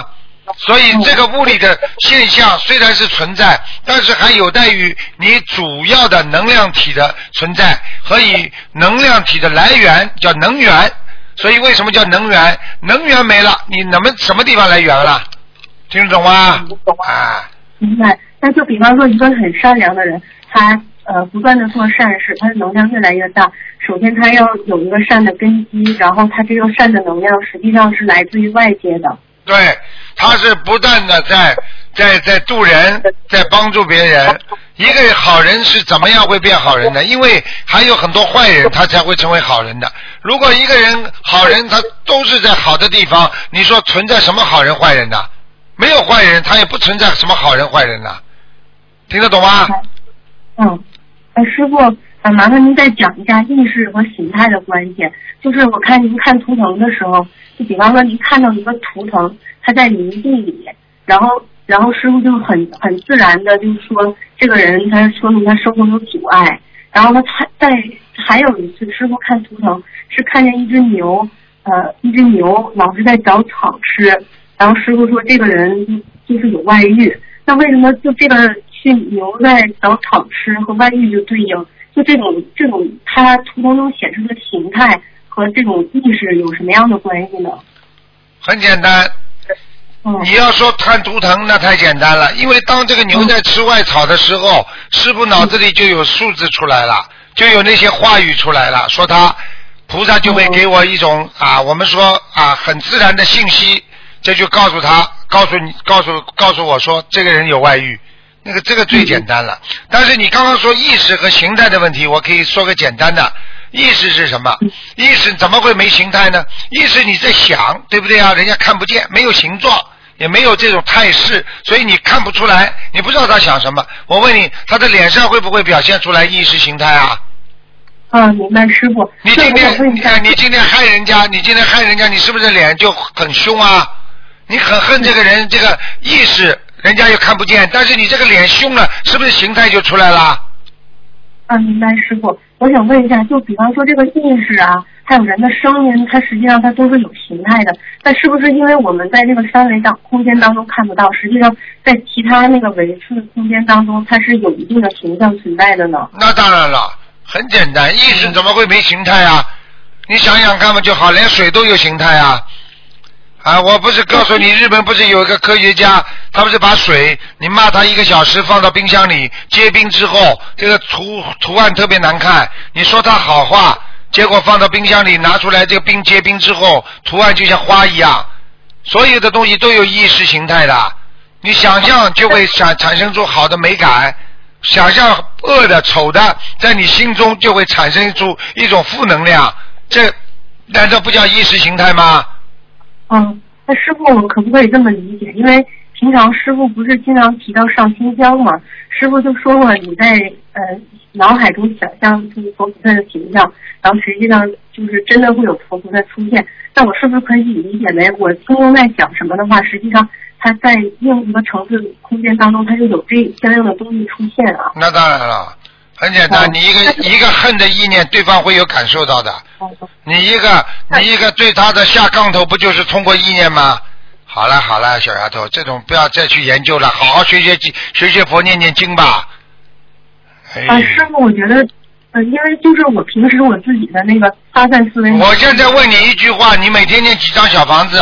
所以这个物理的现象虽然是存在，但是还有待于你主要的能量体的存在和以能量体的来源叫能源。所以为什么叫能源？能源没了，你什么地方来源了？听得懂吗？啊， 明白。那就比方说一个很善良的人，他不断的做善事，他的能量越来越大。首先他要有一个善的根基，然后他这个善的能量实际上是来自于外界的。 对，他是不断的在度人，在帮助别人。一个好人是怎么样会变好人的？因为还有很多坏人，他才会成为好人的。如果一个人好人，他都是在好的地方，你说存在什么好人坏人呢？没有坏人，他也不存在什么好人坏人呢。听得懂吗？ 师傅，麻烦您再讲一下意识和形态的关系。就是我看您看图腾的时候，就比方说您看到一个图腾，它在泥地里，然后师傅就很自然的就是说，这个人他说明他生活有阻碍。然后他还有一次师傅看图腾是看见一只牛老是在找草吃，然后师傅说这个人就是有外遇。那为什么就这个去牛在找草吃和外遇就对应？就这种它图腾中显示的形态和这种意识有什么样的关系呢？ 很简单，你要说看图腾那太简单了，因为当这个牛在吃外草的时候，师父脑子里就有数字出来了，就有那些话语出来了，说他菩萨就会给我一种我们说很自然的信息，这就告诉他，告诉我说这个人有外遇。这个最简单了。但是你刚刚说意识和形态的问题，我可以说个简单的。意识是什么？意识怎么会没形态呢？意识你在想，对不对啊？人家看不见，没有形状，也没有这种态势，所以你看不出来，你不知道他想什么。我问你，他的脸上会不会表现出来意识形态啊？ 明白师傅。 你今天害人家，你是不是脸就很凶啊？你很恨这个人，这个意识人家又看不见，但是你这个脸凶了，是不是形态就出来了？ 明白师傅。我想问一下，就比方说这个意识还有人的声音，它实际上它都是有形态的，但是不是因为我们在这个三维空间当中看不到，实际上在其他那个维次空间当中，它是有一定的形象存在的呢？ 那当然了，很简单，意识怎么会没形态啊？你想想看嘛就好，连水都有形态啊！我不是告诉你，日本不是有一个科学家，他不是把水你骂他1个小时放到冰箱里结冰之后，这个图案特别难看，你说他好话，结果放到冰箱里拿出来，这个冰结冰之后图案就像花一样。所有的东西都有意识形态的，你想象就会产生出好的美感，想象恶的丑的在你心中就会产生出一种负能量，这难道不叫意识形态吗？ 那师傅我可不可以这么理解？因为平常师傅不是经常提到上清香嘛，师傅就说过你在脑海中想象出佛菩萨的形象，然后实际上就是真的会有佛菩萨出现。那我是不是可以理解为我心中在想什么的话，实际上它在另一个层次空间当中它就有这相应的东西出现啊？ 那当然了，很简单，你一个恨的意念，对方会有感受到的。你一个对他的下杠头，不就是通过意念吗？好了，小丫头，这种不要再去研究了，好好学佛，念经吧。 师傅，我觉得，因为就是我平时我自己的那个发散思维。 我现在问你一句话，你每天念几张小房子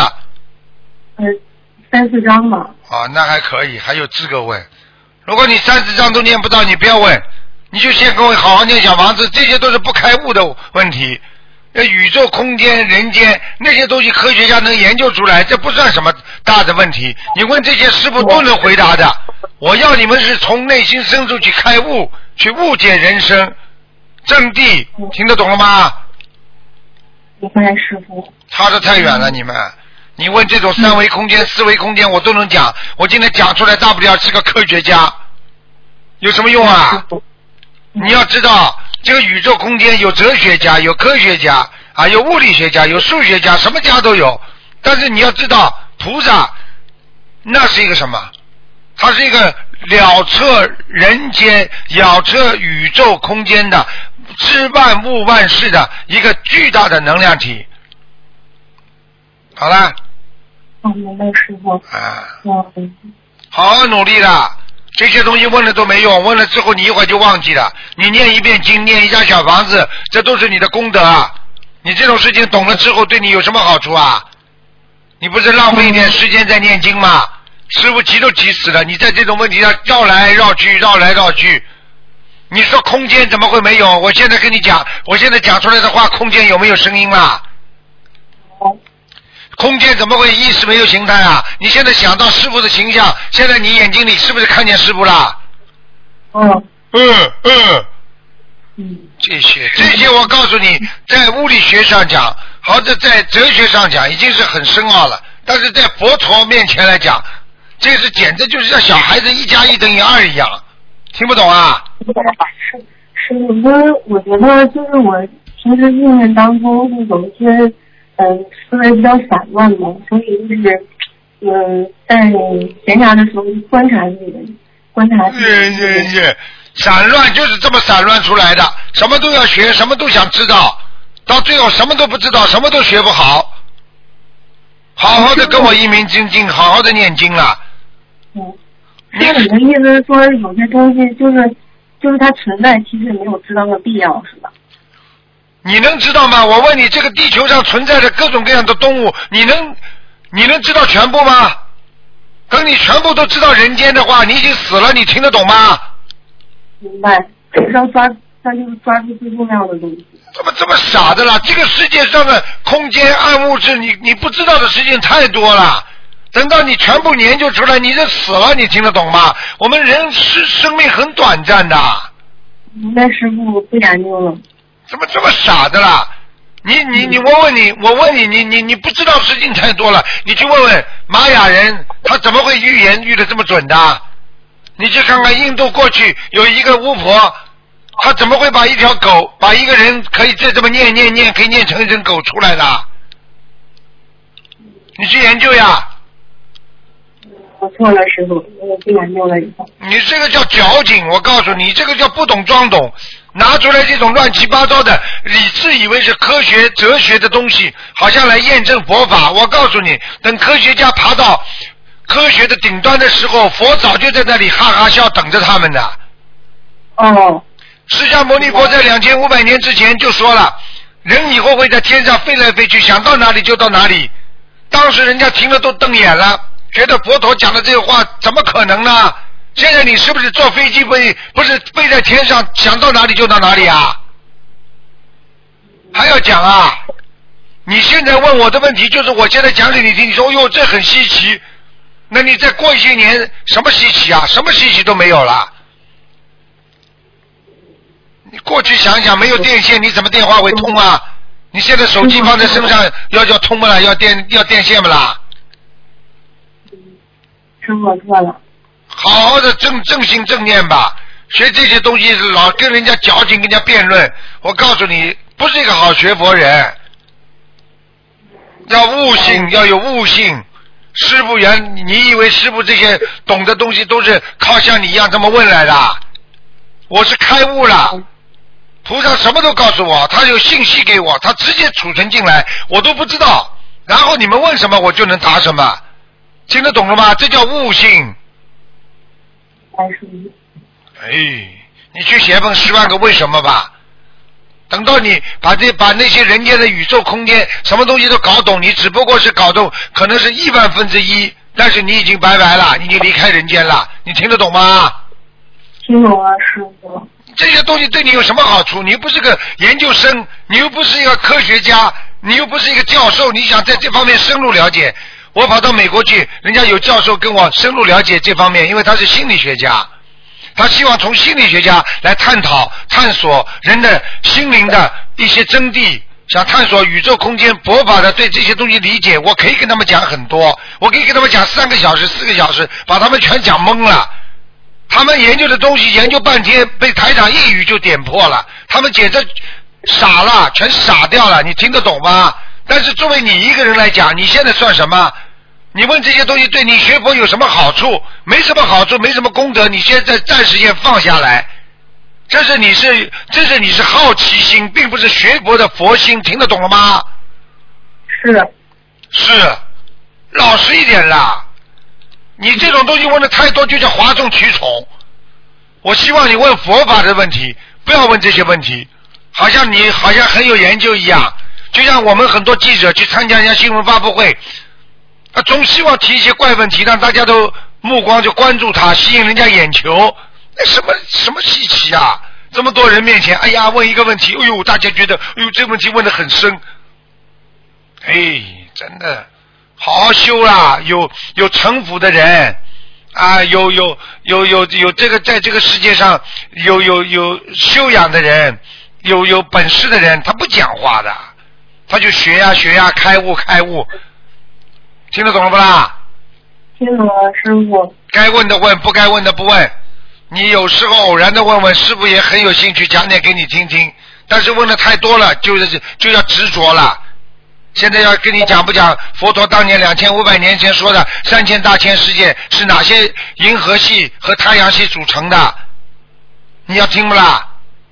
？3-4张吧。 那还可以，还有资格问。如果你3-4张都念不到，你不要问。你就先跟我好好念小房子，这些都是不开悟的问题。宇宙空间人间那些东西科学家能研究出来，这不算什么大的问题，你问这些师傅都能回答的。我要你们是从内心深处去开悟，去误解人生正谛，听得懂了吗？ 明白师傅。 差得太远了你们，你问这种3维空间4维空间我都能讲，我今天讲出来大不了是个科学家，有什么用啊？你要知道这个宇宙空间有哲学家，有科学家有物理学家，有数学家，什么家都有。但是你要知道菩萨那是一个什么？它是一个了彻人间了彻宇宙空间的知万物万事的一个巨大的能量体。好了。 明白师傅。 好好努力了，这些东西问了都没用，问了之后你一会儿就忘记了。你念一遍经，念一家小房子，这都是你的功德啊。你这种事情懂了之后，对你有什么好处啊？你不是浪费一点时间在念经吗？师父急都急死了，你在这种问题上绕来绕去，绕来绕去。你说空间怎么会没有？我现在跟你讲，我现在讲出来的话，空间有没有声音啦？空间怎么会意识没有形态啊？你现在想到师父的形象，现在你眼睛里是不是看见师父啦？这些我告诉你，在物理学上讲，或者在哲学上讲，已经是很深奥了。但是在佛陀面前来讲，这是简直就是像小孩子1+1=2一样，听不懂啊？ 是我觉得就是我平时意念当中就有一些思维比较散乱嘛，所以就是在闲暇的时候观察自己。 散乱就是这么散乱出来的，什么都要学，什么都想知道，到最后什么都不知道，什么都学不好。好好的跟我一鸣精进，好好的念经了。 那你的意思是说，有些东西就是它存在，其实没有知道的必要，是吧？ 你能知道吗？我问你，这个地球上存在着各种各样的动物，你能知道全部吗？等你全部都知道人间的话，你已经死了，你听得懂吗？ 明白，就是抓住最重要的东西。 怎么这么傻的啦？这个世界上的空间暗物质，你不知道的事情太多了。等到你全部研究出来，你就死了，你听得懂吗？我们人生命很短暂的。 明白师父，不研究了。 怎么这么傻的啦？我问你，你不知道事情太多了。你去问问玛雅人，他怎么会预言预得这么准的？你去看看印度过去有一个巫婆，她怎么会把一条狗，把一个人可以这么念，可以念成一只狗出来的？你去研究呀。 我错了，师傅，我去研究了以后。 你这个叫矫情，我告诉你，这个叫不懂装懂，拿出来这种乱七八糟的，自以为是科学哲学的东西，好像来验证佛法。我告诉你，等科学家爬到科学的顶端的时候，佛早就在那里哈哈笑等着他们的。释迦牟尼佛在2500年之前就说了，人以后会在天上飞来飞去，想到哪里就到哪里。当时人家听了都瞪眼了，觉得佛陀讲的这个话怎么可能呢？现在你是不是坐飞机不是飞在天上，想到哪里就到哪里啊？还要讲啊？你现在问我的问题就是我现在讲给你听，你说哟这很稀奇，那你再过一些年什么稀奇啊？什么稀奇都没有了。你过去想想，没有电线你怎么电话会通啊？你现在手机放在身上要通不啦？要电线不啦？ 师傅错了。 好好的正心正念吧，学这些东西老跟人家矫情，跟人家辩论，我告诉你，不是一个好学佛人。要悟性，要有悟性。师父你以为师父这些懂的东西都是靠像你一样这么问来的？我是开悟了。菩萨什么都告诉我，他有信息给我，他直接储存进来，我都不知道。然后你们问什么，我就能答什么，听得懂了吗？这叫悟性。你去写本10万个为什么吧。等到你把那些人间的宇宙空间什么东西都搞懂，你只不过是搞懂可能是1/1000，但是你已经拜拜了，你已经离开人间了，你听得懂吗？ 听懂了，师傅。 这些东西对你有什么好处？你又不是个研究生，你又不是一个科学家，你又不是一个教授，你想在这方面深入了解？我跑到美国去，人家有教授跟我深入了解这方面，因为他是心理学家，他希望从心理学家来探索人的心灵的一些真谛，想探索宇宙空间佛法的对这些东西理解。我可以跟他们讲很多，我可以跟他们讲3个小时4个小时，把他们全讲懵了。他们研究的东西研究半天，被台长一语就点破了，他们简直傻了，全傻掉了，你听得懂吗？但是作为你一个人来讲，你现在算什么？你问这些东西对你学佛有什么好处？没什么好处，没什么功德，你现在暂时先放下来。这是你是好奇心，并不是学佛的佛心，听得懂了吗？ 是。 老实一点啦。你这种东西问的太多，就叫哗众取宠。我希望你问佛法的问题，不要问这些问题，好像你好像很有研究一样。就像我们很多记者去参加人家新闻发布会，总希望提一些怪问题，让大家都目光就关注他，吸引人家眼球。那什么稀奇啊？这么多人面前，哎呀，问一个问题，哎呦，大家觉得，哎呦，这个问题问得很深。哎，真的。好好修啦，有城府的人啊，有这个在这个世界上有修养的人，有本事的人，他不讲话的，他就学呀学呀，开悟，听得懂了不啦？ 听懂了，师傅。该问的问，不该问的不问。你有时候偶然的问，师傅也很有兴趣讲点给你听听，但是问的太多了，就要执着了。现在要跟你讲不讲佛陀当年2500年前说的3000大千世界是哪些银河系和太阳系组成的？你要听不啦？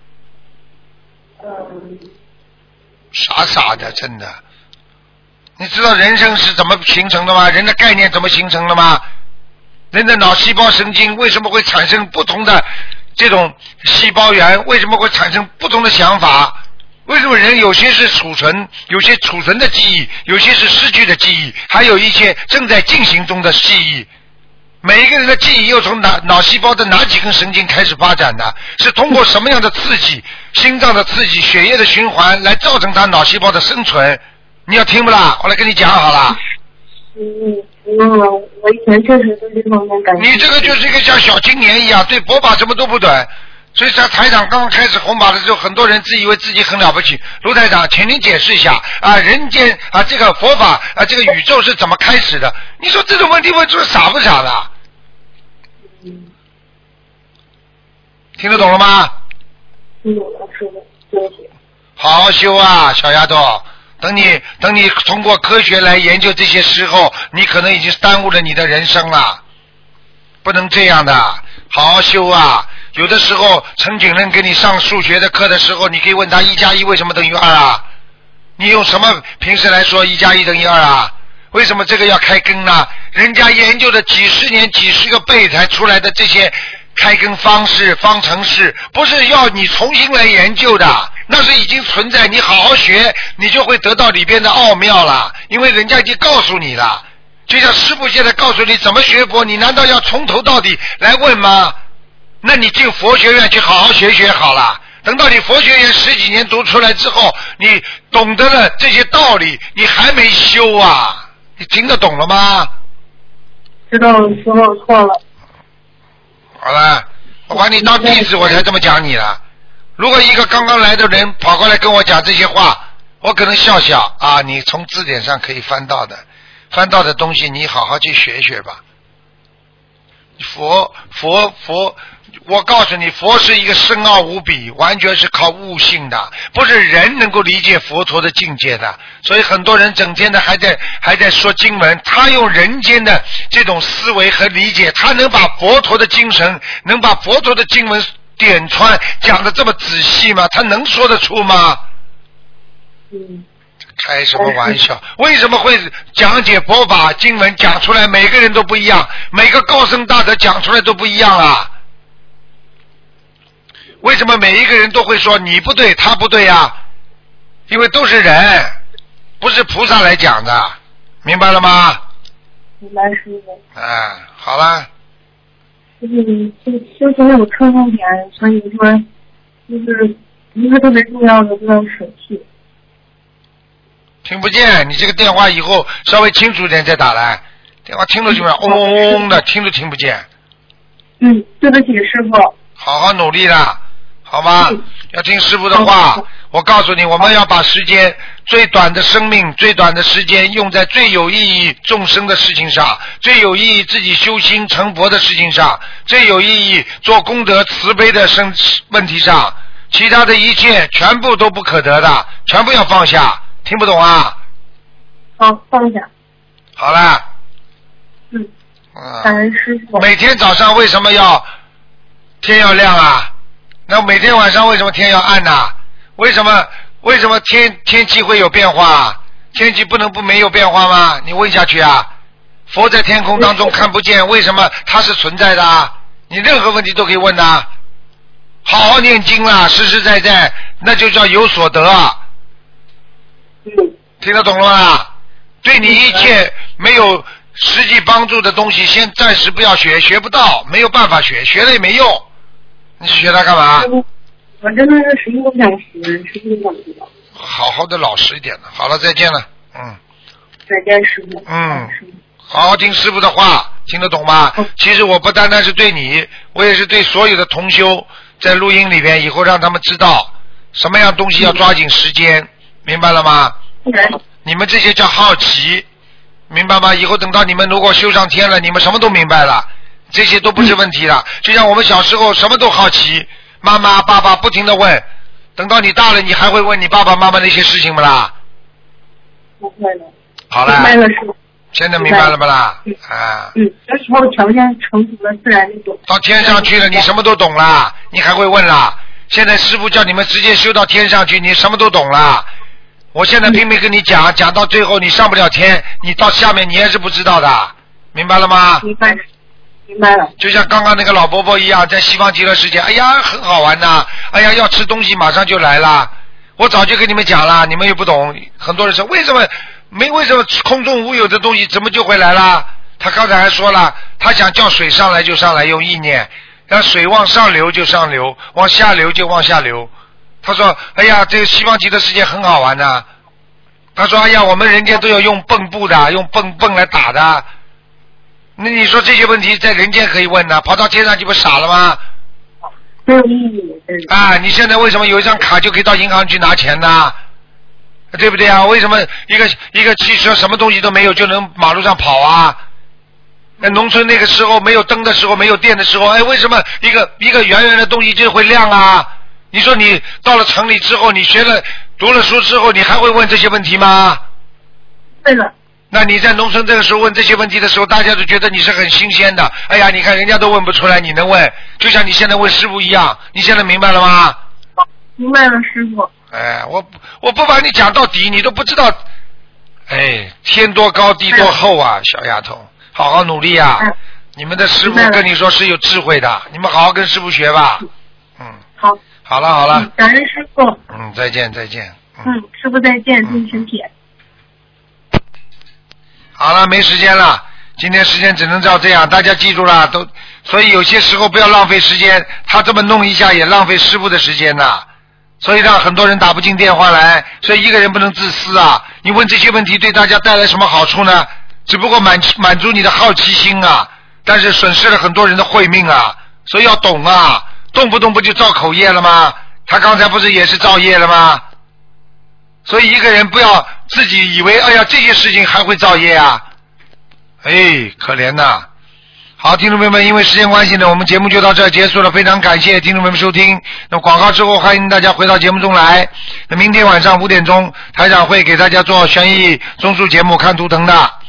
傻的，真的。你知道人生是怎么形成的吗？人的概念怎么形成的吗？人的脑细胞神经为什么会产生不同的这种细胞源？为什么会产生不同的想法？为什么人有些是储存，有些储存的记忆，有些是失去的记忆，还有一些正在进行中的记忆？每一个人的记忆又从脑细胞的哪几根神经开始发展的？是通过什么样的刺激，心脏的刺激，血液的循环来造成他脑细胞的生存？你要听不啦？我来跟你讲好了。 我以前确实对这方面感觉。 你这个就是一个像小青年一样，对佛法什么都不懂。所以在台长刚刚开始弘法的时候，很多人自以为自己很了不起。卢台长，请您解释一下啊，人间啊，这个佛法啊，这个宇宙是怎么开始的？你说这种问题问出来傻不傻的？听得懂了吗？ 听懂了，师傅，谢谢。 好好修啊，小丫头。等你通过科学来研究这些时候，你可能已经耽误了你的人生了。不能这样的，好好修啊。有的时候陈景任给你上数学的课的时候，你可以问他1+1为什么等于2啊？你用什么平时来说1+1等于2啊？为什么这个要开根呢？人家研究了几十年几十个倍才出来的这些开根方式方程式，不是要你重新来研究的，那是已经存在，你好好学你就会得到里边的奥妙了，因为人家已经告诉你了。就像师父现在告诉你怎么学佛，你难道要从头到底来问吗？那你进佛学院去好好学学好了，等到你佛学院10几年读出来之后，你懂得了这些道理，你还没修啊？你听得懂了吗？ 知道了，师父错了。 好了，我把你当弟子，我才这么讲你了。如果一个刚刚来的人跑过来跟我讲这些话，我可能笑笑啊，你从字典上可以翻到的东西，你好好去学学吧。佛，我告诉你，佛是一个深奥无比，完全是靠悟性的，不是人能够理解佛陀的境界的。所以很多人整天的还在说经文，他用人间的这种思维和理解，他能把佛陀的精神，能把佛陀的经文点穿，讲得这么仔细吗？他能说得出吗？开什么玩笑？为什么会讲解佛法经文讲出来每个人都不一样，每个高僧大德讲出来都不一样啊？为什么每一个人都会说你不对他不对啊？因为都是人，不是菩萨来讲的，明白了吗？ 明白，师傅。 好了。 修行有侧重点，所以说就是一个特别重要的，不能舍弃。 听不见，你这个电话以后稍微清楚点再打来，电话听了就嗡嗡嗡的，听都听不见。 对不起，师傅。 好好努力啦，好吗？要听师傅的话。我告诉你，我们要把时间最短的生命、最短的时间用在最有意义众生的事情上，最有意义自己修心成佛的事情上，最有意义做功德慈悲的问题上，其他的一切全部都不可得的，全部要放下。听不懂啊？ 好，放下。 好了。 感恩师父。 每天早上为什么要天要亮啊？那每天晚上为什么天要暗啊？为什么天气会有变化？天气不能不没有变化吗？你问下去啊！ 佛在天空当中看不见，为什么它是存在的啊？你任何问题都可以问啊。好好念经啦，实实在在，那就叫有所得啊。听得懂了吗？对你一切没有实际帮助的东西，先暂时不要学，学不到，没有办法学，学了也没用。你学它干嘛？ 我真的是什么都想学，什么都想知道。 好好的老实一点的。好了，再见了。 再见，师傅。 好好听师傅的话，听得懂吗？其实我不单单是对你，我也是对所有的同修，在录音里边以后让他们知道什么样东西要抓紧时间，明白了吗？你们这些叫好奇，明白吗？以后等到你们如果修上天了，你们什么都明白了，这些都不是问题了。就像我们小时候什么都好奇，妈妈爸爸不停地问，等到你大了，你还会问你爸爸妈妈那些事情不啦？ 不会了。 好了。 明白了，师傅。 现在明白了不啦？ 有时候条件成熟了，自然就懂。 到天上去了，你什么都懂了，你还会问啦？现在师父叫你们直接修到天上去，你什么都懂了。我现在拼命跟你讲，讲到最后你上不了天，你到下面你也是不知道的，明白了吗？ 明白了。 就像刚刚那个老伯伯一样，在西方极乐世界，哎呀很好玩呐，哎呀要吃东西马上就来了。我早就跟你们讲了，你们又不懂。很多人说为什么空中无有的东西怎么就会来了？他刚才还说了，他想叫水上来就上来，用意念，让水往上流就上流，往下流就往下流。他说哎呀这个西方极乐世界很好玩的。他说哎呀我们人间都要用蹦布的，用蹦来打的。那你说这些问题在人间可以问呢，跑到天上去不傻了吗？ 没有意义。 你现在为什么有一张卡就可以到银行去拿钱呢？对不对啊？为什么一个汽车什么东西都没有就能马路上跑啊？那农村那个时候没有灯的时候，没有电的时候，为什么一个圆圆的东西就会亮啊？你说你到了城里之后，你读了书之后，你还会问这些问题吗？ 对了。 那你在农村这个时候问这些问题的时候，大家都觉得你是很新鲜的。哎呀，你看人家都问不出来，你能问，就像你现在问师傅一样。你现在明白了吗？ 明白了，师傅。 我不把你讲到底，你都不知道。天多高地多厚啊，小丫头，好好努力啊！你们的师傅跟你说是有智慧的，你们好好跟师傅学吧。 好。 好了。 感恩师傅。 再见。 师傅再见，注意身体。 好了，没时间了，今天时间只能照这样，大家记住了，所以有些时候不要浪费时间，他这么弄一下也浪费师傅的时间呐。所以让很多人打不进电话来，所以一个人不能自私啊！你问这些问题对大家带来什么好处呢？只不过满足你的好奇心啊，但是损失了很多人的慧命啊！所以要懂啊，动不动不就造口业了吗？他刚才不是也是造业了吗？所以一个人不要自己以为哎呀这些事情还会造业啊，可怜呐！好，听众朋友们，因为时间关系呢，我们节目就到这儿结束了。非常感谢听众朋友们收听。那广告之后，欢迎大家回到节目中来。那明天晚上5点钟，台长会给大家做悬疑综述节目，看图腾的。